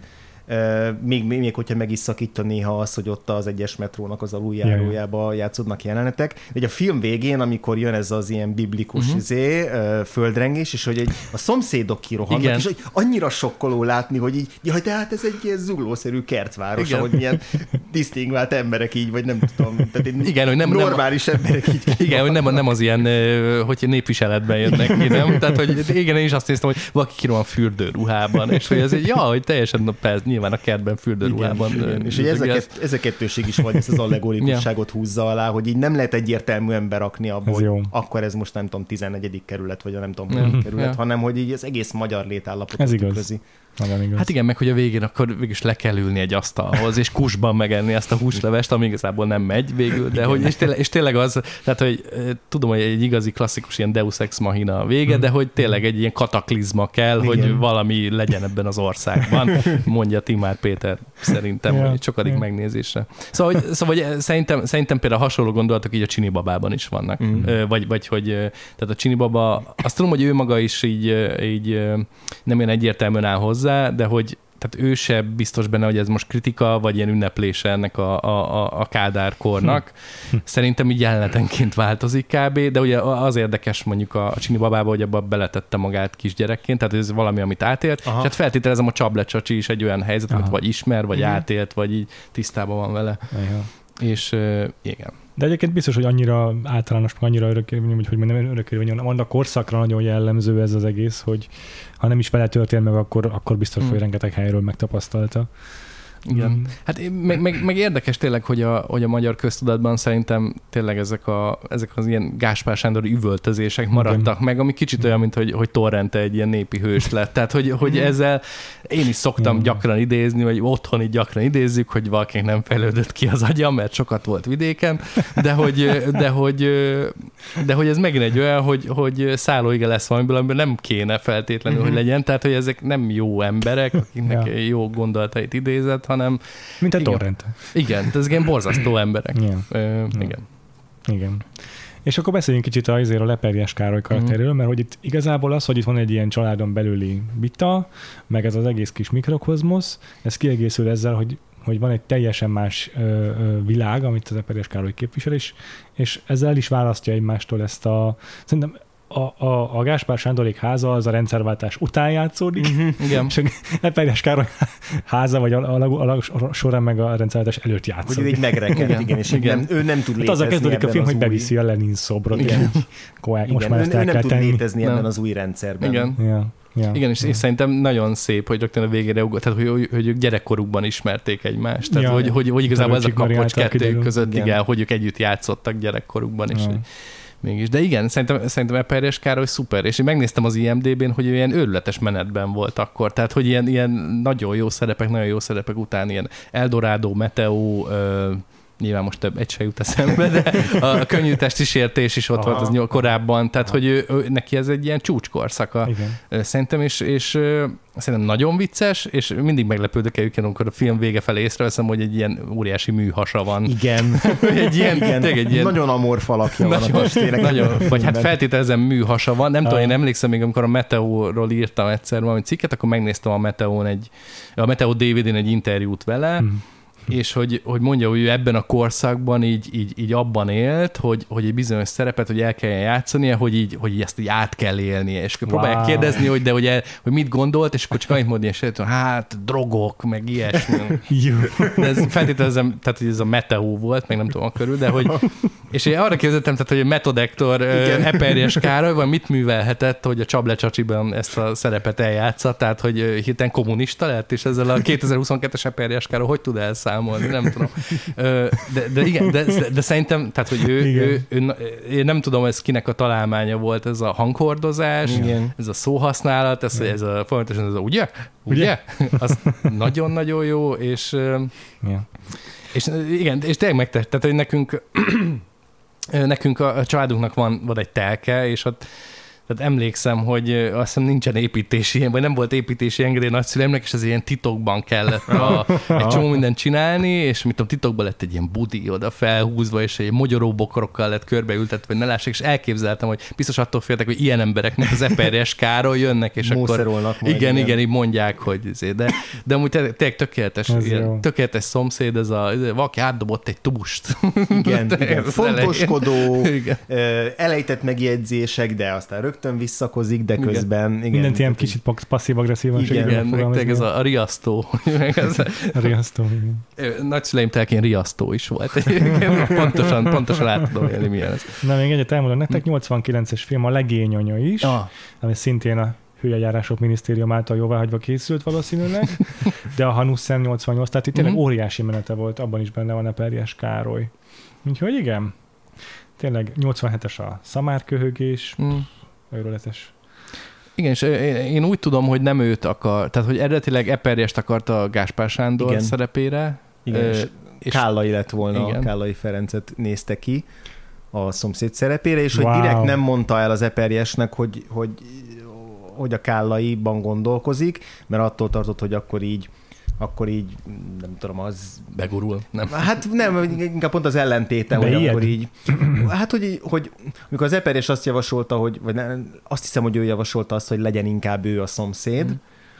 Még hogyha meg is szakítja néha az, hogy ott az egyes metrónak az aluljárójába játszódnak jelenetek. De a film végén, amikor jön ez az ilyen biblikus földrengés, és hogy a szomszédok kirohannak, és hogy annyira sokkoló látni, hogy így, jaj, tehát ez egy ilyen zuglószerű kertváros, ahogy milyen disztingvált emberek így, vagy nem tudom, tehát hogy normális emberek így. Igen, hogy nem az ilyen, hogy népviseletben jönnek ki, nem? Tehát, hogy igen, én is azt néztem, hogy valaki kirohan fürdőruhában, és hogy ez egy, hogy teljesen nyilván a kertben fürdőruhában. És hogy ez a kettőség is vagy, ezt az allegorikusságot húzza alá, hogy így nem lehet egyértelműen berakni abba, hogy akkor ez most nem tudom 14. kerület, vagy a nem tudom kerület, hanem hogy így az egész magyar létállapotot tükrözi. Hát igen, meg hogy a végén akkor végülis le kell ülni egy asztalhoz, és kusban megenni ezt a húslevest, ami igazából nem megy végül, de hogy, és tényleg az, tehát hogy tudom, hogy egy igazi klasszikus ilyen Deus Ex Machina vége, de hogy tényleg egy ilyen kataklizma kell, hogy valami legyen ebben az országban, mondja Timár Péter szerintem, hogy sokadik megnézésre. Szóval szerintem például hasonló gondolatok így a Csini babában is vannak. Vagy hogy tehát a Csini baba, azt tudom, hogy ő maga is így nem olyan egyértelműen áll hozzá, de hogy tehát ő se biztos benne, hogy ez most kritika, vagy ilyen ünneplése ennek a Kádár kornak. Szerintem így jelenetenként változik kb., de ugye az érdekes mondjuk a Csini babába, hogy abba beletette magát kisgyerekként, tehát ez valami, amit átélt, és hát feltételezem a Csablecsacsi is egy olyan helyzet, amit vagy ismer, vagy átélt, vagy így tisztában van vele. És igen. De egyébként biztos, hogy annyira általános, annyira örökérvényű, hogy nem örökérvényű, hanem a korszakra nagyon jellemző ez az egész, hogy ha nem is vele történt meg, akkor biztos, hogy rengeteg helyről megtapasztalta. Igen. Hát meg érdekes tényleg, hogy a magyar köztudatban szerintem tényleg ezek az ilyen Gáspár Sándori üvöltözések maradtak meg, ami kicsit olyan, mint hogy Torrente egy ilyen népi hős lett. Tehát, hogy ezzel én is szoktam gyakran idézni, vagy otthon így gyakran idézzük, hogy valakinek nem fejlődött ki az agya, mert sokat volt vidéken, de hogy ez megint egy olyan, hogy szállóige lesz valamiből, amiből nem kéne feltétlenül, hogy legyen. Tehát, hogy ezek nem jó emberek, akiknek jó gondolatait idézett, hanem... Mint a Torrente. Igen, ezek ilyen borzasztó emberek. Igen. És akkor beszéljünk kicsit a Leperjes Károly karakteréről, mert hogy itt igazából az, hogy itt van egy ilyen családon belüli vita, meg ez az egész kis mikrokozmosz, ez kiegészül ezzel, hogy van egy teljesen más világ, amit az Leperjes Károly képvisel, és ezzel is választja egymástól ezt szerintem a Gáspár Sándorék háza az a rendszerváltás után játszódik, és a Leperjes Károly háza, vagy a során meg a rendszerváltás előtt játszódik. Hogy így megrekedt, igen, és ő nem tud létezni. Hát azzal kezdődik a film, hogy beviszi a Lenin szobrot. Most már ezt el kell nem tud tenni. létezni ebben az új rendszerben. Igen, és szerintem nagyon szép, hogy rögtön a végére tehát hogy ők gyerekkorukban ismerték egymást. Tehát, hogy igazából ez a kapocs kettő között, hogy ők együtt játszottak gyerekkorukban is. Mégis. De igen, szerintem Eperjes Károly szuper, és én megnéztem az IMDb-n, hogy ilyen őrületes menetben volt akkor, tehát hogy ilyen nagyon jó szerepek után ilyen Eldorado, Meteo, nyilván most több egy se jut eszembe, de a könnyű testi sértés is ott volt az korábban, tehát hogy neki ez egy ilyen csúcskorszaka. Szerintem, és szerintem nagyon vicces, és mindig meglepődök el, amikor a film vége felé észreveszem, hogy egy ilyen óriási műhasa van. Igen. egy ilyen nagyon amorf alakja van a testének. Nagyon, vagy hát feltételezem műhasa van. Nem tudom, én emlékszem még, amikor a Meteóról írtam egyszer valami cikket, akkor megnéztem a Meteó DVD-n egy interjút vele, és hogy mondja, hogy ő ebben a korszakban így abban élt, hogy egy bizonyos szerepet, hogy el kelljen játszania, hogy ezt így át kell élnie. És próbálják kérdezni, hogy mit gondolt, és akkor csak annyit mondja, és hát drogok, meg ilyesmi. De ez feltételezem, tehát hogy ez a Meteó volt, meg nem tudom körül, de hogy... És én arra kérdeztem, tehát, hogy a metodektor Eperjes Károly, vagy mit művelhetett, hogy a Csablecsacsiban ezt a szerepet eljátsza, tehát hogy hirtelen kommunista lett, és ezzel a 2022-es Eperjes Károly hogy tud elszámolni, nem tudom. De igen, de szerintem, tehát, hogy ő én nem tudom, ez kinek a találmánya volt, ez a hanghordozás, ez a szóhasználat, ez a folyamatosan ez a ugye? Az nagyon-nagyon jó, és igen, és tényleg megtett, tehát, hogy nekünk a családunknak van egy telke, és ott tehát emlékszem, hogy azt hiszem nincsen építési, vagy nem volt építési engedély nagyszüleimnek, és ez ilyen titokban kellett egy csomó mindent csinálni, és mit tudom, titokban lett egy ilyen budi oda felhúzva, és egy mogyoróbokorokkal lett körbeültetve, hogy ne lássák, és elképzeltem, hogy biztos attól féltek, hogy ilyen embereknek az Eperjes Károly jönnek, és akkor igen, így mondják, hogy de amúgy tényleg tökéletes szomszéd, ez valaki átdobott egy tubust. Igen. Fontoskodó, elejtett megjegyzések, de aztán rögtön visszakozik, de közben... Igen, mindent ilyen kicsit passzív-agresszívan. Igen, ez a riasztó. A riasztó, igen. Nagyszüleim telkén riasztó is volt. Pontosan át tudom élni, milyen ez. Na, még egyet elmondom nektek, 89-es film a Legény anya is, ami szintén a Hőeljárások Minisztérium által jóváhagyva készült valószínűleg, de a Hanusszem 88, tehát itt tényleg óriási menete volt, abban is benne van Eperjes Károly. Úgyhogy igen, tényleg 87-es a szamárköhögés, őrületes. Igen, és én úgy tudom, hogy nem őt akar, tehát hogy eredetileg Eperjest akarta a Gáspár Sándor szerepére. Igen, és Kállai lett volna, Kállai Ferencet nézte ki a szomszéd szerepére, és hogy direkt nem mondta el az Eperjesnek, hogy a Kállaiban gondolkozik, mert attól tartott, hogy akkor így, nem tudom, az... Begurul, nem? Hát nem, inkább pont az ellentéte, hogy akkor így... Hát, hogy amikor az Eperjes azt javasolta, vagy nem, azt hiszem, hogy ő javasolta azt, hogy legyen inkább ő a szomszéd,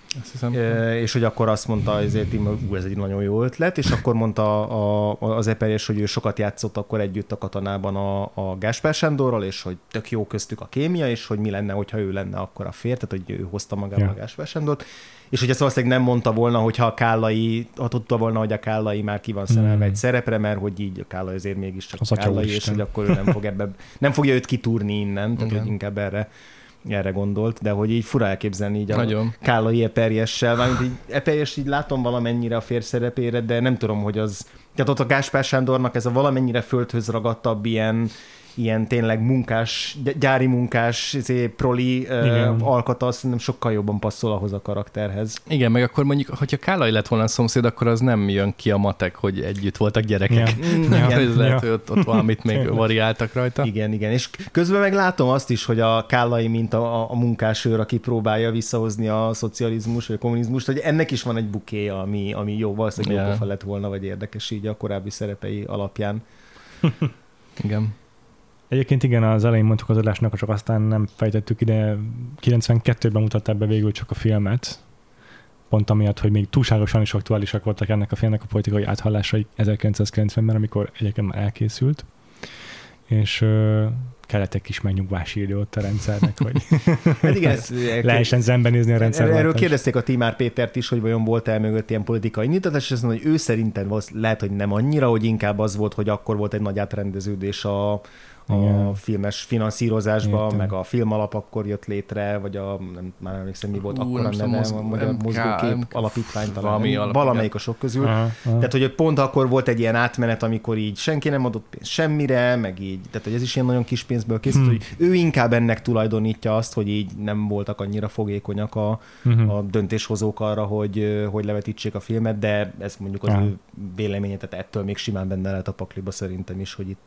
Azt hiszem. És hogy akkor azt mondta azért, ez egy nagyon jó ötlet, és akkor mondta az Eperjes, hogy ő sokat játszott akkor együtt a Katonában a Gáspár Sándorral, és hogy tök jó köztük a kémia, és hogy mi lenne, hogyha ő lenne akkor a férj, tehát hogy ő hozta magával a Gáspár Sándort, és hogy ezt valószínűleg nem mondta volna, hogyha a Kállai, ha tudta volna, hogy a Kállai már ki van szemelve egy szerepre, mert hogy így a Kállai azért mégiscsak a Kállai, és hogy akkor ő nem fogja őt kitúrni innen, tehát hogy inkább erre gondolt, de hogy így fura elképzelni így a Kállai Eperjessel, mármint így Eperjes így látom valamennyire a férj szerepére, de nem tudom, hogy az, tehát ott a Gáspár Sándornak ez a valamennyire földhöz ragadtabb ilyen tényleg munkás, gyári munkás, proli alkata, azt nem sokkal jobban passzol ahhoz a karakterhez. Igen, meg akkor mondjuk, hogyha Kállai lett volna a szomszéd, akkor az nem jön ki a matek, hogy együtt voltak gyerekek. Ez lehet, hogy ott valamit még variáltak rajta. Igen, és közben meg látom azt is, hogy a Kállai, mint a munkásőr, aki próbálja visszahozni a szocializmus vagy a kommunizmust, hogy ennek is van egy bukéja, ami jó, valószínűleg jó pofa lett volna, vagy érdekes így a korábbi szerepei alapján. Igen. Egyébként igen, az elején mondtuk az adásnak, csak aztán nem fejtettük ide. 92-ben mutatták be végül csak a filmet, pont amiatt, hogy még túlságosan is aktuálisak voltak ennek a filmnek a politikai áthallásai 1990-ben, amikor egyébként már elkészült, és kellett egy kis megnyugvási idő ott a rendszernek, hogy hát igen, lehessen szembenézni a rendszerváltást. Erről kérdezték a Timár Pétert is, hogy vajon volt elmögött ilyen politikai indítatás, és azt mondja, hogy ő szerintem lehet, hogy nem annyira, hogy inkább az volt, hogy akkor volt egy nagy átrendeződés a filmes finanszírozásban, meg a filmalap akkor jött létre, vagy már nem emlékszem, mi volt akkor a neve, a Magyar Mozgókép Alapítvány, valamelyik a sok közül. Tehát, hogy pont akkor volt egy ilyen átmenet, amikor így senki nem adott pénzt semmire, meg így, tehát, hogy ez is ilyen nagyon kis pénzből készült, hogy ő inkább ennek tulajdonítja azt, hogy így nem voltak annyira fogékonyak a döntéshozók arra, hogy levetítsék a filmet, de ez mondjuk az ő véleménye, tehát ettől még simán benne lehet a pakliba szerintem is, hogy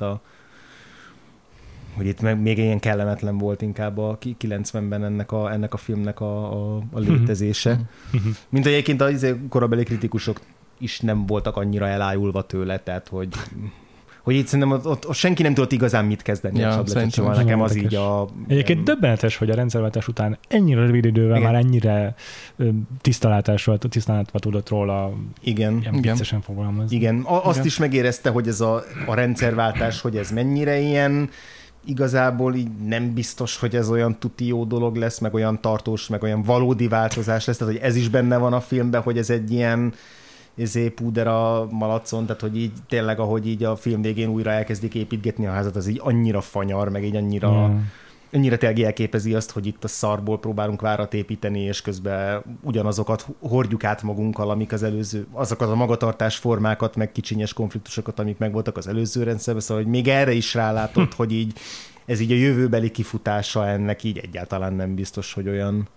itt még ilyen kellemetlen volt inkább a 90-ben ennek a filmnek a létezése. Mint egyébként a korabeli kritikusok is nem voltak annyira elájulva tőle, tehát hogy itt szerintem ott senki nem tudott igazán mit kezdeni a Sablecsicsival. Nekem az így Egyébként döbbenetes, hogy a rendszerváltás után ennyire rövid idővel már ennyire tisztalátva tudott róla viccesen fogalmazni. Igen, azt is megérezte, hogy ez a rendszerváltás, hogy ez mennyire ilyen igazából így nem biztos, hogy ez olyan tuti jó dolog lesz, meg olyan tartós, meg olyan valódi változás lesz, tehát hogy ez is benne van a filmben, hogy ez egy ilyen púder a malacon, tehát hogy így tényleg, ahogy így a film végén újra elkezdik építgetni a házat, az így annyira fanyar, meg így annyira tényleg jelképezi azt, hogy itt a szarból próbálunk várat építeni, és közben ugyanazokat hordjuk át magunkkal, amik az előző, azokat a magatartás formákat, meg kicsinyes konfliktusokat, amik megvoltak az előző rendszerben, szóval hogy még erre is rálátott, hogy így ez így a jövőbeli kifutása ennek így egyáltalán nem biztos, hogy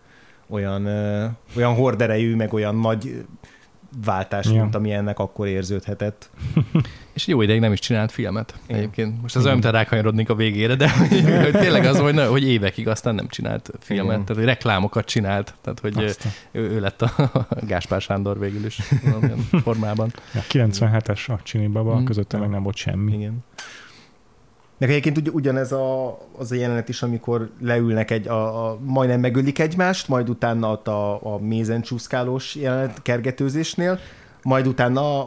olyan horderejű, meg olyan nagy váltás, mint ami ennek akkor érződhetett. És jó ideig nem is csinált filmet egyébként. Most az olyan, mint rákanyarodnék a végére, de hogy tényleg az, hogy évekig aztán nem csinált filmet, tehát hogy reklámokat csinált, tehát hogy ő lett a Gáspár Sándor végül is valamilyen formában. 97-es a Csini Baba, közötte meg nem volt semmi. Igen. Nekem egyébként ugyanez az a jelenet is, amikor leülnek majdnem megölik egymást, majd utána ott a mézen csúszkálós jelenet kergetőzésnél, majd utána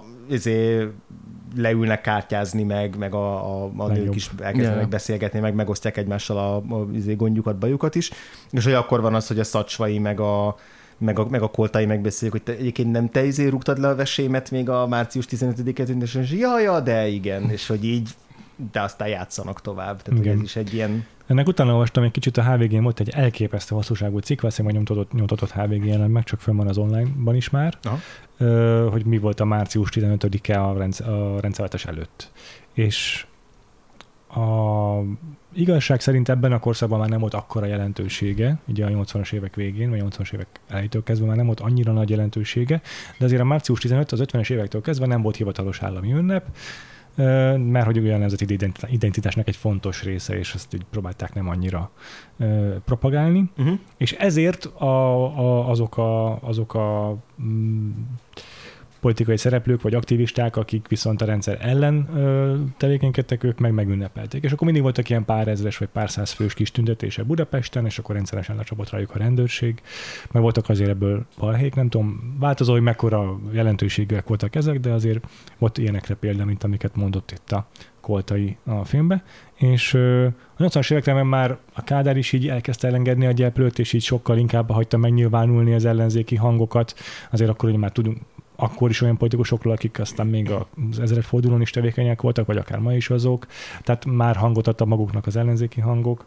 leülnek kártyázni, meg a nők is elkezdenek beszélgetni, meg megosztják egymással a gondjukat, bajukat is, és hogy akkor van az, hogy a Szacsvai meg a Koltai megbeszéljük, hogy egyébként nem te rúgtad le a vesémet még a március 15-et, és ja, de igen, és hogy így de aztán játszanak tovább. Tehát ez is egy ilyen... Ennek utána olvastam egy kicsit, a HVG-n volt egy elképesztő hosszúságú cikk, valószínűleg nyomtatott HVG jelen meg, csak fönn van az online-ban is már, hogy mi volt a március 15-e a rendszerváltás előtt. És a igazság szerint ebben a korszakban már nem volt akkora jelentősége, ugye a 80-as évek végén, vagy 80-as évek elejétől kezdve már nem volt annyira nagy jelentősége, de azért a március 15 az 50-es évektől kezdve nem volt hivatalos állami ünnep, mert hogy olyan nemzeti identitásnak egy fontos része, és ezt így próbálták nem annyira propagálni. És ezért azok a politikai szereplők vagy aktivisták, akik viszont a rendszer ellen tevékenykedtek, ők meg megünnepelték. És akkor mindig voltak ilyen pár ezres vagy pár száz fős kis tüntetések Budapesten, és akkor rendszeresen lecsapott rájuk a rendőrség. Meg voltak azért ebből balhék, nem tudom, változó, hogy mekkora jelentőségűek voltak ezek, de azért volt ilyenekre példa, mint amiket mondott itt a Koltai a filmbe. És a 80-as években már a Kádár is így elkezdte elengedni a gyeplőt, és így sokkal inkább hagyta megnyilvánulni az ellenzéki hangokat. Azért akkor ugye már tudunk, akkor is olyan politikusokról, akik aztán még az ezredfordulón is tevékenyek voltak, vagy akár ma is azok. Tehát már hangot adtak maguknak az ellenzéki hangok,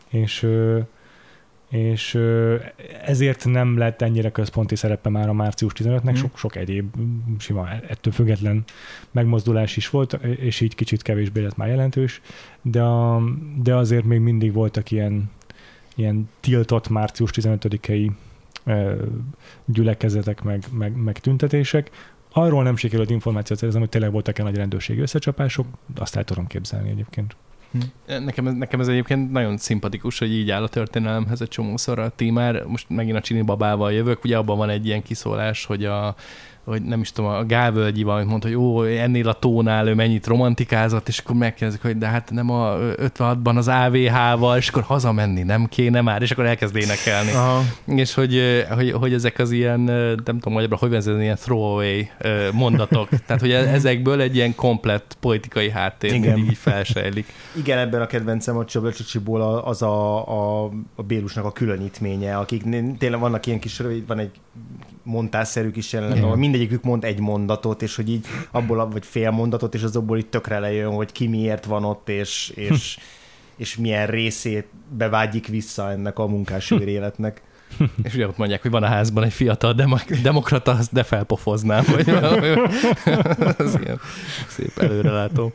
és ezért nem lett ennyire központi szerepe már a március 15-nek, sok egyéb sima ettől független megmozdulás is volt, és így kicsit kevésbé lett már jelentős, de azért még mindig voltak ilyen tiltott március 15-i gyülekezetek, meg tüntetések. Arról nem sikerült információt szerezni, hogy tényleg voltak-e nagy rendőrségi összecsapások, azt el tudom képzelni egyébként. Nekem ez egyébként nagyon szimpatikus, hogy így áll a történelemhez egy csomószor a témár. Most megint a Csini babával jövök, ugye abban van egy ilyen kiszólás, hogy nem is tudom, a Gálvölgyi valamit mondta, hogy ó, ennél a tónál ő mennyit romantikázott, és akkor megkérdezik, hogy de hát nem a 56-ban az AVH-val, és akkor hazamenni nem kéne már, és akkor elkezd énekelni. Aha. És hogy ezek az ilyen, nem tudom magyarban, hogy van ilyen throwaway mondatok, tehát hogy ezekből egy ilyen komplett politikai háttér mindig így felsejlik. Igen, ebben a kedvencem a Csablacsiból az a Bélusnak a különítménye, akik tényleg vannak ilyen kis, van egy montásszerű kis jelenet, ahol mindegyikük mond egy mondatot, és hogy így abból, vagy fél mondatot, és azokból így tökre lejön, hogy ki miért van ott, és milyen részét bevágyik vissza ennek a munkásőr életnek. És ugye ott mondják, hogy van a házban egy fiatal demokrata, de felpofoznám. Ez ilyen szép előrelátó.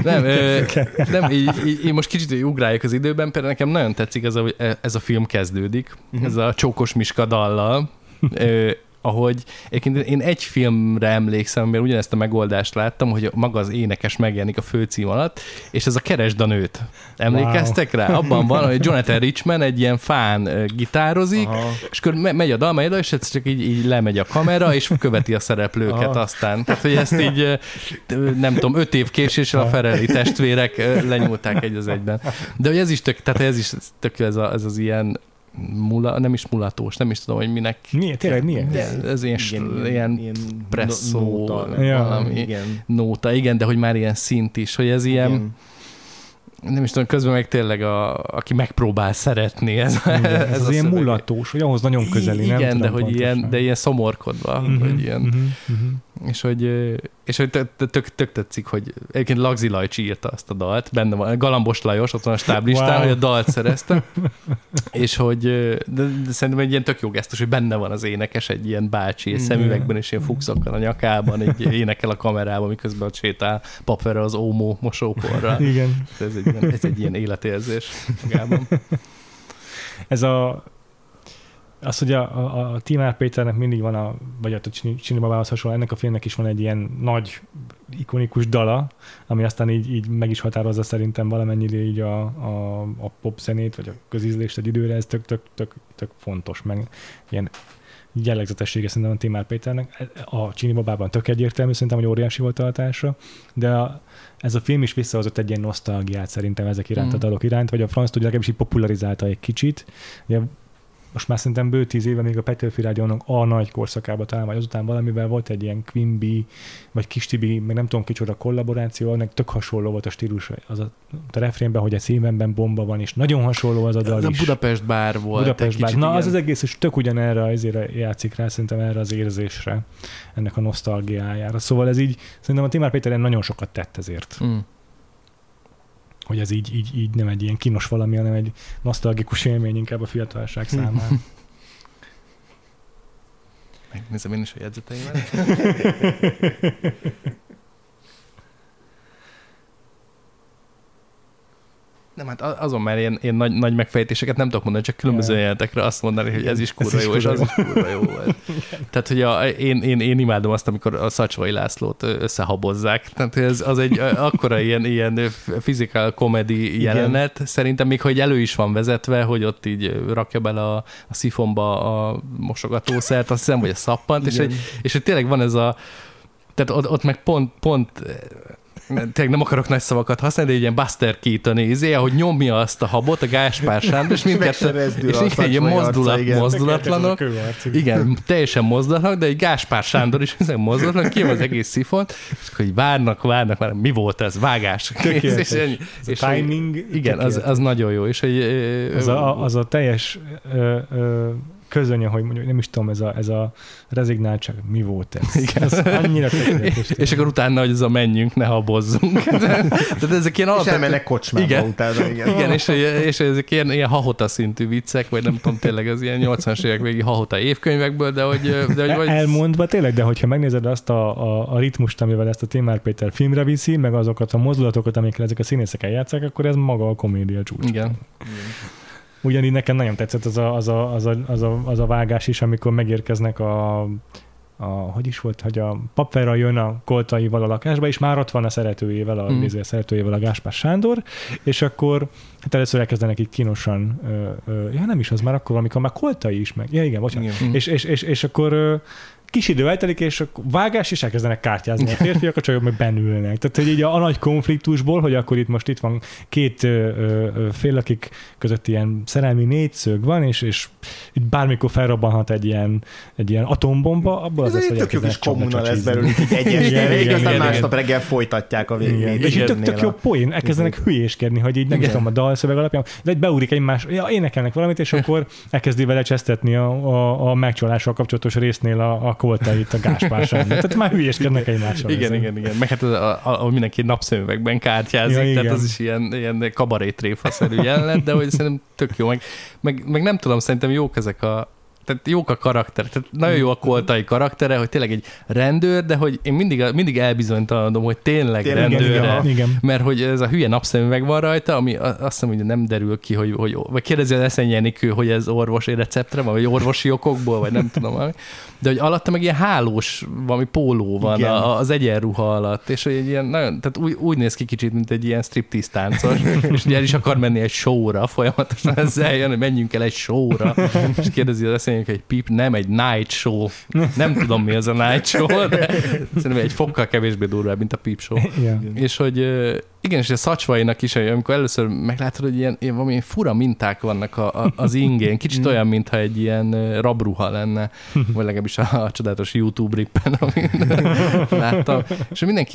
Nem így most kicsit ugráljuk az időben, például nekem nagyon tetszik ez a film kezdődik, ez a Csókos Miska dallal, ahogy én egy filmre emlékszem, amiben ugyanezt a megoldást láttam, hogy maga az énekes megjelenik a főcím alatt, és ez a Keresd a nőt. Emlékeztek rá? Abban van, hogy Jonathan Richman egy ilyen fán gitározik, és akkor megy a dal, és egyszer csak így lemegy a kamera, és követi a szereplőket aztán. Tehát, hogy ezt így, nem tudom, 5 év késéssel a Ferrelli testvérek lenyúlták egy az egyben. De hogy ez is tök ez az ilyen nem is mulatós, nem is tudom, hogy minek. Milyen? Tényleg milyen? Ez ilyen presszó, valami nóta, igen, de hogy már ilyen szint is, hogy ez ilyen, igen. Nem is tudom, közben meg tényleg aki megpróbál szeretni. Ez az ilyen mulatós, hogy ahhoz nagyon közeli, igen, nem tudom, de hogy ilyen szomorkodva, hogy ilyen. És hogy tök tetszik, hogy egyébként Lagzi Lajcsi írta azt a dalt, benne van, Galambos Lajos, ott van a stáblistán, hogy a dalt szerezte, és hogy de szerintem egy ilyen tök jó gesztus, hogy benne van az énekes, egy ilyen bácsi, szemüvegben és ilyen fukszakkal a nyakában, egy énekel a kamerában, miközben ott sétál papverre az Ómó mosóporra. Igen. Ez egy ilyen életérzés magában. Az, hogy a Tímár Péternek mindig van, vagy a Csini babához hasonló, ennek a filmnek is van egy ilyen nagy, ikonikus dala, ami aztán így meg is határozza szerintem valamennyire így a pop zenét, vagy a közízlést egy időre, ez tök fontos, meg ilyen jellegzetessége szerintem a Tímár Péternek. A Csini babában tök egyértelmű, szerintem, hogy óriási volt a hatása, de ez a film is visszahozott egy ilyen nosztalgiát szerintem ezek iránt, a dalok iránt, vagy a franc tudja legalábbis így popularizálta egy kicsit. Ugye, most már szerintem bő 10 éve még a Petőfi Rádiónak a nagy korszakában talán, vagy azután valamivel volt egy ilyen Queen Bee, vagy Kis Tibi, meg nem tudom kicsoda kollaboráció, annak tök hasonló volt a stílus, a refrénben, hogy a szívemben bomba van, és nagyon hasonló az a dal is. A Budapest bár volt. Budapest bár. Na, az egész is tök ugyanerre azért játszik rá, szerintem erre az érzésre, ennek a nosztalgiájára. Szóval ez így, szerintem a Tímár Péter nagyon sokat tett ezért. Hogy ez így nem egy ilyen kínos valami, hanem egy nosztalgikus élmény inkább a fiatalság számára. Megnézem én is a jegyzeteimet. Nem, hát azon már ilyen nagy megfejtéseket nem tudok mondani, csak különböző jelenetekre azt mondani, hogy ez is kurva jó, és az is kurva jó volt. Tehát, hogy én imádom azt, amikor a Szacsvai Lászlót összehabozzák. Tehát az egy akkora ilyen physical comedy jelenet. Igen. Szerintem még, hogy elő is van vezetve, hogy ott így rakja bele a szifonba a mosogatószert, azt hiszem, vagy a szappant, és hogy tényleg van ez a Tehát ott meg pont tényleg nem akarok nagy szavakat használni, de egy ilyen Buster Keaton-i ahogy nyomja azt a habot, a Gáspár Sándor, és mindkettő, és ilyen mozdulatlanok. Igen, teljesen mozdulatlanok, de egy Gáspár Sándor is mozdulatlan, ki az egész szifont, és akkor így várnak, mi volt ez? Vágás. És timing. Igen, az nagyon jó. És hogy, az a teljes közönye, hogy mondjuk, nem is tudom, ez a rezignáltság, mi volt ez? Igen. Ez annyira és akkor utána, hogy ez a menjünk, ne habozzunk. Tehát ezek ilyen és elmennek kocsmába igen. utána. Igen, és ezek ilyen hahota szintű viccek, vagy nem tudom, tényleg az ilyen 80-as évek végi hahota évkönyvekből, de hogy vagy... Elmondva tényleg, de hogyha megnézed azt a ritmust, amivel ezt a Timár Péter filmre viszi, meg azokat a mozdulatokat, amikkel ezek a színészek eljátszák, akkor ez maga a komédia csúcs. Igen. Ugyanígy nekem nagyon tetszett az a vágás is, amikor megérkeznek hogy is volt, hogy a Papfera jön a Koltaival a lakásba, és már ott van a szeretőjével, a Gáspár Sándor, és akkor hát először elkezdenek így kínosan, nem is az már akkor, amikor már Koltai is meg. Ja, igen, bocsánat. És akkor kis idő eltelik, és a vágás, és elkezdenek kártyázni a férfiak, a csajok meg benülnek. Tehát, hogy így a nagy konfliktusból, hogy akkor itt van két fél, akik között ilyen szerelmi négyszög van, és itt bármikor felrobbanhat egy ilyen atombomba, abból az lesz, hogy tök jó kis kommuna lesz belőlük így egyesre, aztán másnap reggel folytatják a végét. És itt tök jó poén, elkezdenek hülyéskedni, hogy így nem tudom a dalszöveg alapján, de egy beúrik egymás, énekelnek valamit, és akkor elkezdi vele csesztetni a megcsalással kapcsolatos résznél a Koltait, a Gáspár Sándor. Tehát már hülyéskednek egymással. Igen. Meg hát ahol mindenki napszemüvegben kártyázik, tehát az is ilyen kabarétréfaszerű jelenet, de hogy szerintem tök jó. Meg nem tudom, szerintem jók ezek tehát jók a karakterek. Tehát nagyon jó a Koltai karaktere, hogy tényleg egy rendőr, de hogy én mindig elbizonytalanodom, hogy tényleg rendőr. Igen. Mert hogy ez a hülye napszemüveg van rajta, ami azt hiszem, hogy nem derül ki, hogy vagy kérdezi az Eszenyi Enikő, hogy ez orvosi receptre van, vagy orvosi okokból, vagy nem tudom. De hogy alatta meg ilyen hálós valami póló van az egyenruha alatt, és hogy egy ilyen nagyon, tehát úgy néz ki kicsit, mint egy ilyen striptease táncos, és ugye el is akar menni egy showra, folyamatosan ezzel jön, hogy menjünk el egy showra, és kérdezi az Eszenyi, hogy nem egy night show. Nem tudom, mi az a night show, de szerintem egy fokkal kevésbé durvább, mint a Peep Show. Yeah. És hogy igen, és a Szacsvainak is, amikor először meglátod, hogy ilyen valami fura minták vannak az ingén, kicsit olyan, mintha egy ilyen rabruha lenne, vagy legalábbis a csodálatos YouTube rippen, amit láttam. És mindenki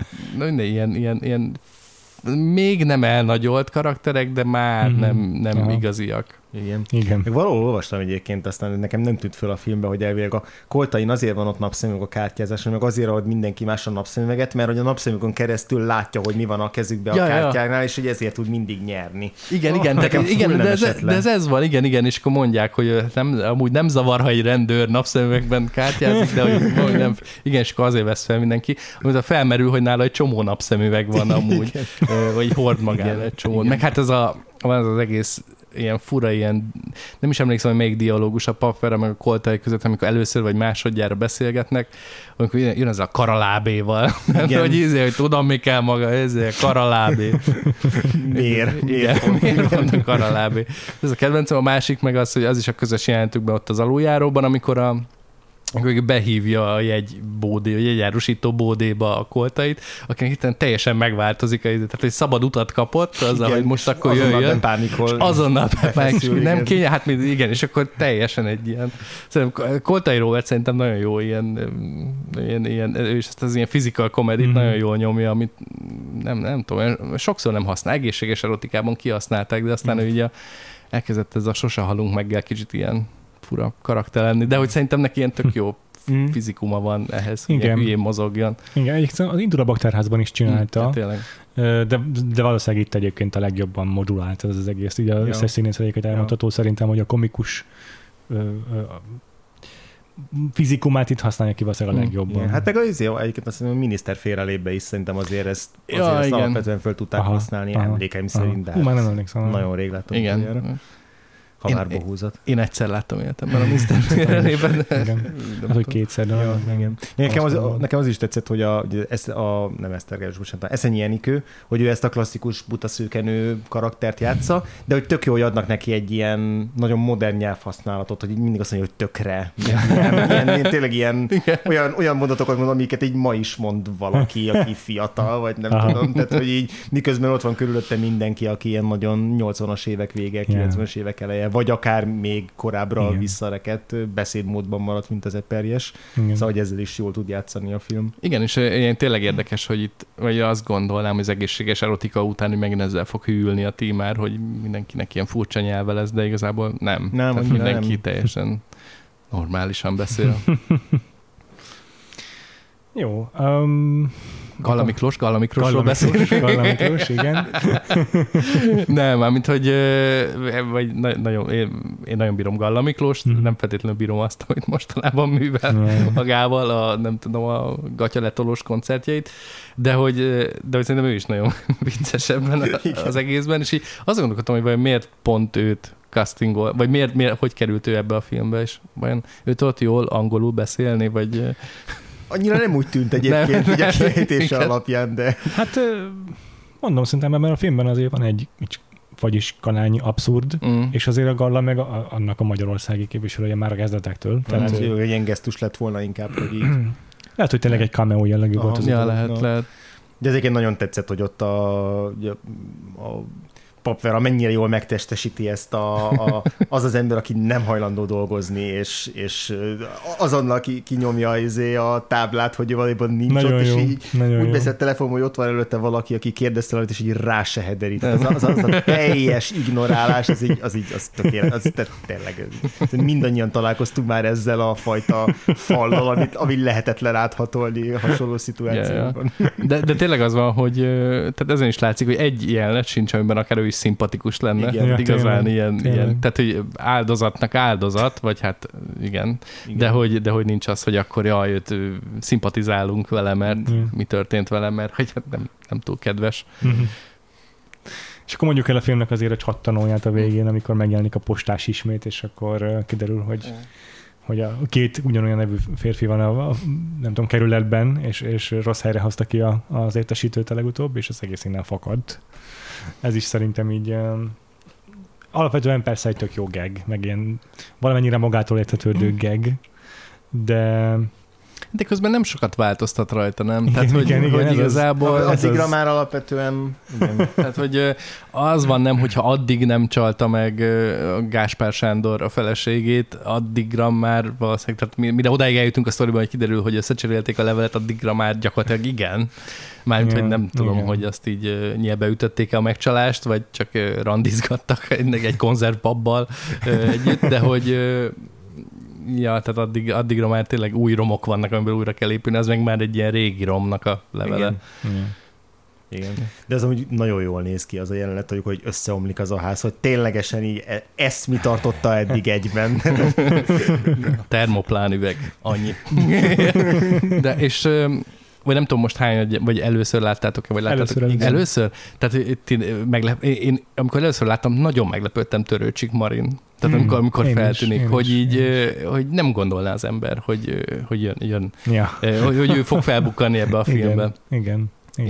ilyen még nem elnagyolt karakterek, de már nem igaziak. Igen. Meg valahol olvastam egyébként, aztán nekem nem tűnt föl a filmbe, hogy elvileg a Koltain azért van ott napszemüveg a kártyázáson, meg azért ad mindenki más a napszemüveget, mert hogy a napszemüvegön keresztül látja, hogy mi van a kezükbe a kártyáknál, és hogy ezért tud mindig nyerni. Igen, de ez van, igen, és akkor mondják, hogy amúgy nem zavar, ha egy rendőr napszemüvegben kártyázik, de hogy nem, igen, és akkor azért vesz fel mindenki. Amit felmerül, hogy nála egy csomó napszemüveg van amúgy, vagy hord magára egy csomó. Meg hát ez az egész ilyen fura, nem is emlékszem, hogy melyik dialógus a Papfera meg a Koltai között, amikor először vagy másodjára beszélgetnek, amikor jön az a karalábéval. hogy tudom, mi kell maga, ez a karalábé. Miért? Miért van a karalábé? Ez a kedvencem, a másik meg az, hogy az is a közös jelentükben ott az aluljáróban, amikor behívja a jegyárusító bódéba a Koltait, akinek itt teljesen megváltozik, tehát egy szabad utat kapott, azzal, hogy most akkor jöjjön. Azonnal pánikol. Azonnal pánikol. Nem kényel, hát igen, és akkor teljesen egy ilyen. Szerintem Koltai Róbert szerintem nagyon jó ilyen és ezt az ilyen physical comedy-t nagyon jól nyomja, amit nem tudom, sokszor nem használ, egészséges erotikában kihasználták, de aztán ő ugye elkezdett ez a sose halunk meggel kicsit ilyen fura karakter lenni, de hogy szerintem neki ilyen tök jó fizikuma van ehhez, hogy ilyen hülyén mozogjon. Igen, egyébként az Indul a Baktárházban is csinálta, de valószínűleg itt egyébként a legjobban modulált ez az egész. Ugye az összes színészeiket elmondható szerintem, hogy a komikus fizikumát itt használja ki valószínűleg a legjobban. Igen. Hát meg egyébként azt mondom, a miniszter félrelébe is szerintem azért ezt alapvetően föl tudták használni emlékeim szerint, de már nem emlékszem. Nagyon rég láttam. Igen. Kavárba húzat. Én egyszer láttam életemben a Mr. Jelenében. Hát, hogy kétszer, de igen. Nekem az is tetszett, hogy nem Esztergás, bocsánat, Eszenyi Enikő, hogy ő ezt a klasszikus buta szőkenő karaktert játsza, de hogy tök jó, hogy adnak neki egy ilyen nagyon modern nyelvhasználatot, hogy így mindig azt mondja, hogy tökre. Tényleg olyan mondatokat mond, amiket így ma is mond valaki, aki fiatal, vagy nem tudom. Tehát, hogy így miközben ott van körülötte mindenki, aki ilyen nagyon 80-as évek vége, 90-as évek eleje, vagy akár még korábbra visszarekedt beszédmódban maradt, mint az Eperjes. Szóval, hogy ezzel is jól tud játszani a film. Igen, és ilyen tényleg érdekes, hogy itt, vagy azt gondolnám, hogy az egészséges erotika után, hogy megint ezzel fog hűlni a tímár, hogy mindenkinek ilyen furcsa nyelve lesz, de igazából nem. Tehát mindenki teljesen normálisan beszél. Jó. Galla Miklósról beszélünk. Galla Miklós, igen. Nem, mármint, hogy én nagyon bírom Galla Miklóst, nem feltétlenül bírom azt, amit mostanában művel magával, a gatyaletolós koncertjeit, de hogy szerintem ő is nagyon vicces ebben az egészben, és így azt gondolkodtam, hogy vajon miért pont őt castingol, vagy miért hogy került ő ebbe a filmbe, és vajon ő tudott jól angolul beszélni, vagy... Annyira nem úgy tűnt egyébként, ugye a kiejtése alapján, de... Hát mondom, szerintem ebben a filmben azért van egy vagyis kanálnyi abszurd, és azért a Galla meg annak a magyarországi képviselője már a kezdetektől. Tehát egy ilyen gesztus lett volna inkább, hogy így... Lehet, hogy tényleg egy cameo jellegű volt az lehet. De ezeket nagyon tetszett, hogy ott a Papvera mennyire jól megtestesíti ezt az ember, aki nem hajlandó dolgozni, és azonnal kinyomja a táblát, hogy valójában nincs nagyon ott, jó, és így úgy beszélt telefonon, hogy ott van előtte valaki, aki kérdezte előtt, és így rá se hederít. Az a teljes ignorálás, az tökéletes, tényleg. Mindannyian találkoztunk már ezzel a fajta fallal, amit lehetetlen áthatolni hasonló szituációban. De tényleg az van, hogy tehát ezen is látszik, hogy egy jelenet sincs, amiben akár ő is szimpatikus lenne. Igen, igazán ilyen, tehát, hogy áldozatnak áldozat, vagy hát igen. De hogy nincs az, hogy akkor őt szimpatizálunk vele, mert mi történt vele, mert hogy nem túl kedves. És akkor mondjuk el a filmnek azért a csattanóját a végén, amikor megjelenik a postás ismét, és akkor kiderül, hogy a két ugyanolyan nevű férfi van a nem tudom, kerületben, és rossz helyre hozta ki az értesítőt a legutóbb, és az egész innen fakadt. Ez is szerintem így alapvetően persze egy tök jó gag, meg ilyen valamennyire magától értetődő gag, de közben nem sokat változtat rajta, nem? Tehát, hogy igazából... Addigra már alapvetően... Igen. Tehát, hogy az van, nem, hogyha addig nem csalta meg Gáspár Sándor a feleségét, addigra már valószínűleg, tehát mire odáig eljutunk a sztoriban, hogy kiderül, hogy összecserélték a levelet, addigra már gyakorlatilag igen. Mármint, hogy nem tudom, hogy azt így nyílbe ütötték-e a megcsalást, vagy csak randizgattak egy konzervpabbal együtt, de hogy... Ja, tehát addigra már tényleg új romok vannak, amiből újra kell épülni, az meg már egy ilyen régi romnak a levele. Igen. De az amúgy nagyon jól néz ki az a jelenet, hogy összeomlik az a ház, hogy ténylegesen így ezt mi tartotta eddig egyben. Termoplán üveg, annyi. De és... Vagy nem tudom most hány, vagy először láttátok-e, vagy láttátok? Először? Tehát én amikor először láttam, nagyon meglepődtem Törőcsik Marin. Tehát amikor feltűnik, hogy így, hogy nem gondolná az ember, hogy jön. Ja. Hogy ő fog felbukkanni ebbe a filmbe. Igen.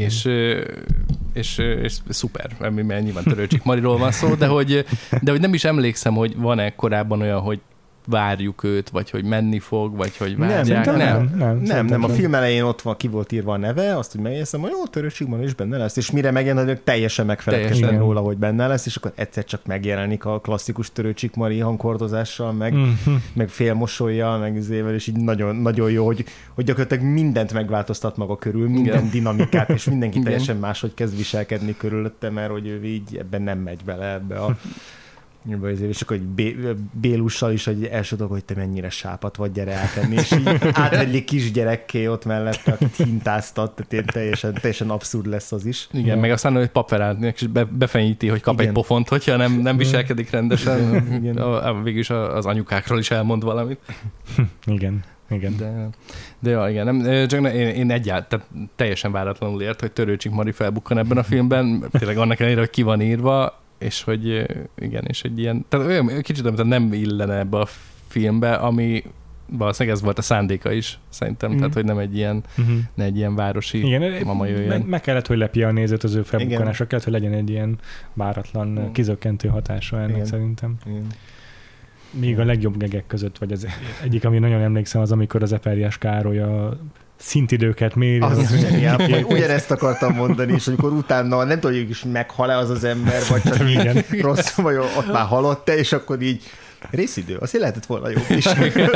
És szuper, mert nyilván Törőcsik Mariról van szó, de hogy nem is emlékszem, hogy van-e korábban olyan, hogy várjuk őt, vagy hogy menni fog, vagy hogy várják. Nem. A film elején ott van, ki volt írva a neve, azt, hogy megjegyzem, hogy jó, Törőcsik Mari is benne lesz, és mire megjelent, teljesen megfelelkeztem róla, hogy benne lesz, és akkor egyszer csak megjelenik a klasszikus Törőcsik Mari hangkordozással, meg félmosollyal, meg izével, és így nagyon, nagyon jó, hogy gyakorlatilag mindent megváltoztat maga körül, minden dinamikát, és mindenki teljesen máshogy kezd viselkedni körülötte, mert hogy ő így ebben nem megy bele ebbe a és akkor Bélussal is, hogy első dolog, hogy te mennyire sápat vagy, gyere átenni, és így átvenni kisgyerekké ott mellett, akit hintáztat, tehát teljesen abszurd lesz az is. Igen, meg aztán hogy Papverának is befenyíti, hogy kap egy pofont, hogyha nem viselkedik rendesen. Igen. Végülis az anyukákról is elmond valamit. Igen. De ja, igen, nem, csak én teljesen váratlanul ért, hogy Törőcsik Mari felbukkan ebben a filmben, tényleg annak ellenére, hogy ki van írva, és hogy igen, és egy ilyen, tehát olyan kicsit, amit nem illene ebbe a filmbe, ami valószínűleg ez volt a szándéka is, szerintem, tehát hogy nem egy ilyen, ne egy ilyen városi mama jöjjön. Meg kellett, hogy lepje a nézőt az ő felbukkanásra, kellett, hogy legyen egy ilyen váratlan, kizökkentő hatása ennek szerintem. Igen. Még a legjobb gegek között, vagy az egyik, ami nagyon emlékszem, az amikor az Eperjes Károly a szintidőket méri. Az zseniál. Ugyanezt akartam mondani, és amikor utána nem tudjuk, hogy is meghal-e az ember, vagy csak így rossz, vagy ott már halott-e, és akkor így részidő, azért lehetett volna jobb is.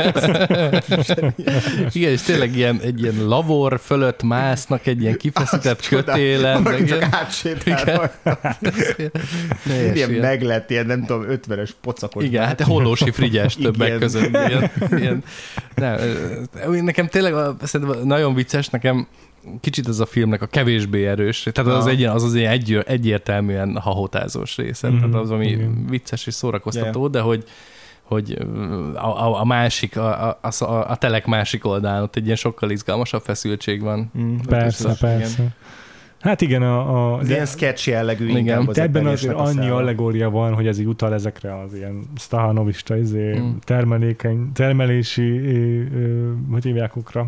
Igen, és tényleg egy ilyen lavor fölött másznak egy ilyen kifeszített kötélen. Csak átsétál. Ilyen meglett, ilyen nem tudom, 50-es pocakos. Igen, hát Hollósi Frigyes többek között. Ilyen. Nekem tényleg szerintem nagyon vicces, nekem kicsit ez a filmnek a kevésbé erős, tehát az ilyen egyértelműen hahotázós része, tehát az, ami vicces és szórakoztató, de hogy a másik, a telek másik oldalán ott egy ilyen sokkal izgalmasabb feszültség van. Persze. Hát igen, az ilyen sketch jellegű inkább az ebben azért annyi allegória van, hogy ez így utal ezekre az ilyen stahanovista termelési motivjákokra,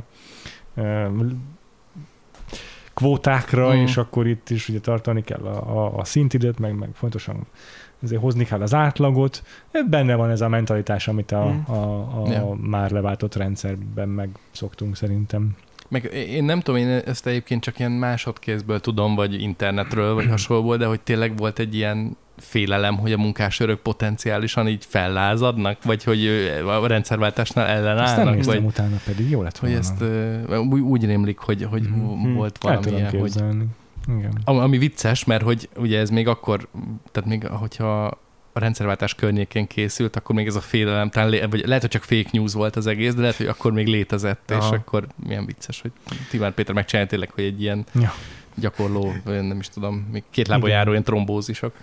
kvótákra, és akkor itt is ugye tartani kell a szintidőt, meg fontosan ezért hozni kell az átlagot. Benne van ez a mentalitás, amit a már leváltott rendszerben megszoktunk szerintem. Meg én nem tudom, én ezt egyébként csak ilyen másodkézből tudom, vagy internetről, vagy hasonlóból, de hogy tényleg volt egy ilyen félelem, hogy a munkásőrök potenciálisan így fellázadnak, vagy hogy a rendszerváltásnál ellenállnak. Ezt nem néztem utána, pedig jó lett volna. Hogy ezt úgy rémlik, hogy volt valami ilyen, hogy... Igen. Ami vicces, mert hogy ugye ez még akkor, tehát még hogyha a rendszerváltás környékén készült, akkor még ez a félelem, talán vagy lehet, hogy csak fake news volt az egész, de lehet, hogy akkor még létezett, és akkor milyen vicces, hogy Timár Péter megcsinálja tényleg, hogy egy ilyen gyakorló, nem is tudom, még két lábon járó ilyen trombózisok.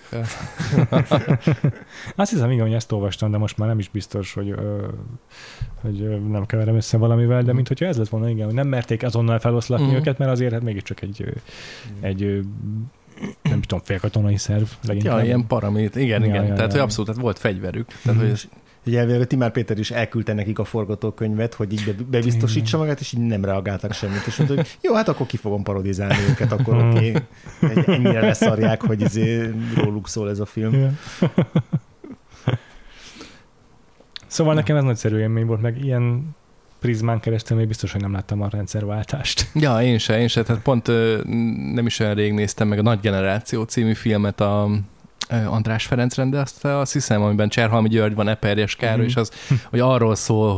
Azt hiszem, igen, hogy ezt olvastam, de most már nem is biztos, hogy nem keverem össze valamivel, de mint hogyha ez lett volna, igen, hogy nem merték azonnal feloszlatni őket, mert azért hát mégiscsak egy nem tudom, félkatonai szerv. Ja, ilyen paramit, igen. Tehát, hogy abszolút, tehát volt fegyverük. Tehát, hogy ez... Ugye elvileg a Timár Péter is elküldte nekik a forgatókönyvet, hogy így bebiztosítsa magát, és így nem reagáltak semmit. És mondta, hogy jó, hát akkor ki fogom parodizálni őket, akkor oké. Ennyire leszarják, hogy róluk szól ez a film. Szóval nekem ez nagyszerű élmény volt, meg ilyen prizmán keresztül még biztos, hogy nem láttam a rendszerváltást. Ja, én se. Tehát pont nem is olyan rég néztem meg a Nagy Generáció című filmet, a András Ferenc rendezte, azt hiszem, amiben Cserhalmi György van, Eperjes Károly, és az, hogy arról szól,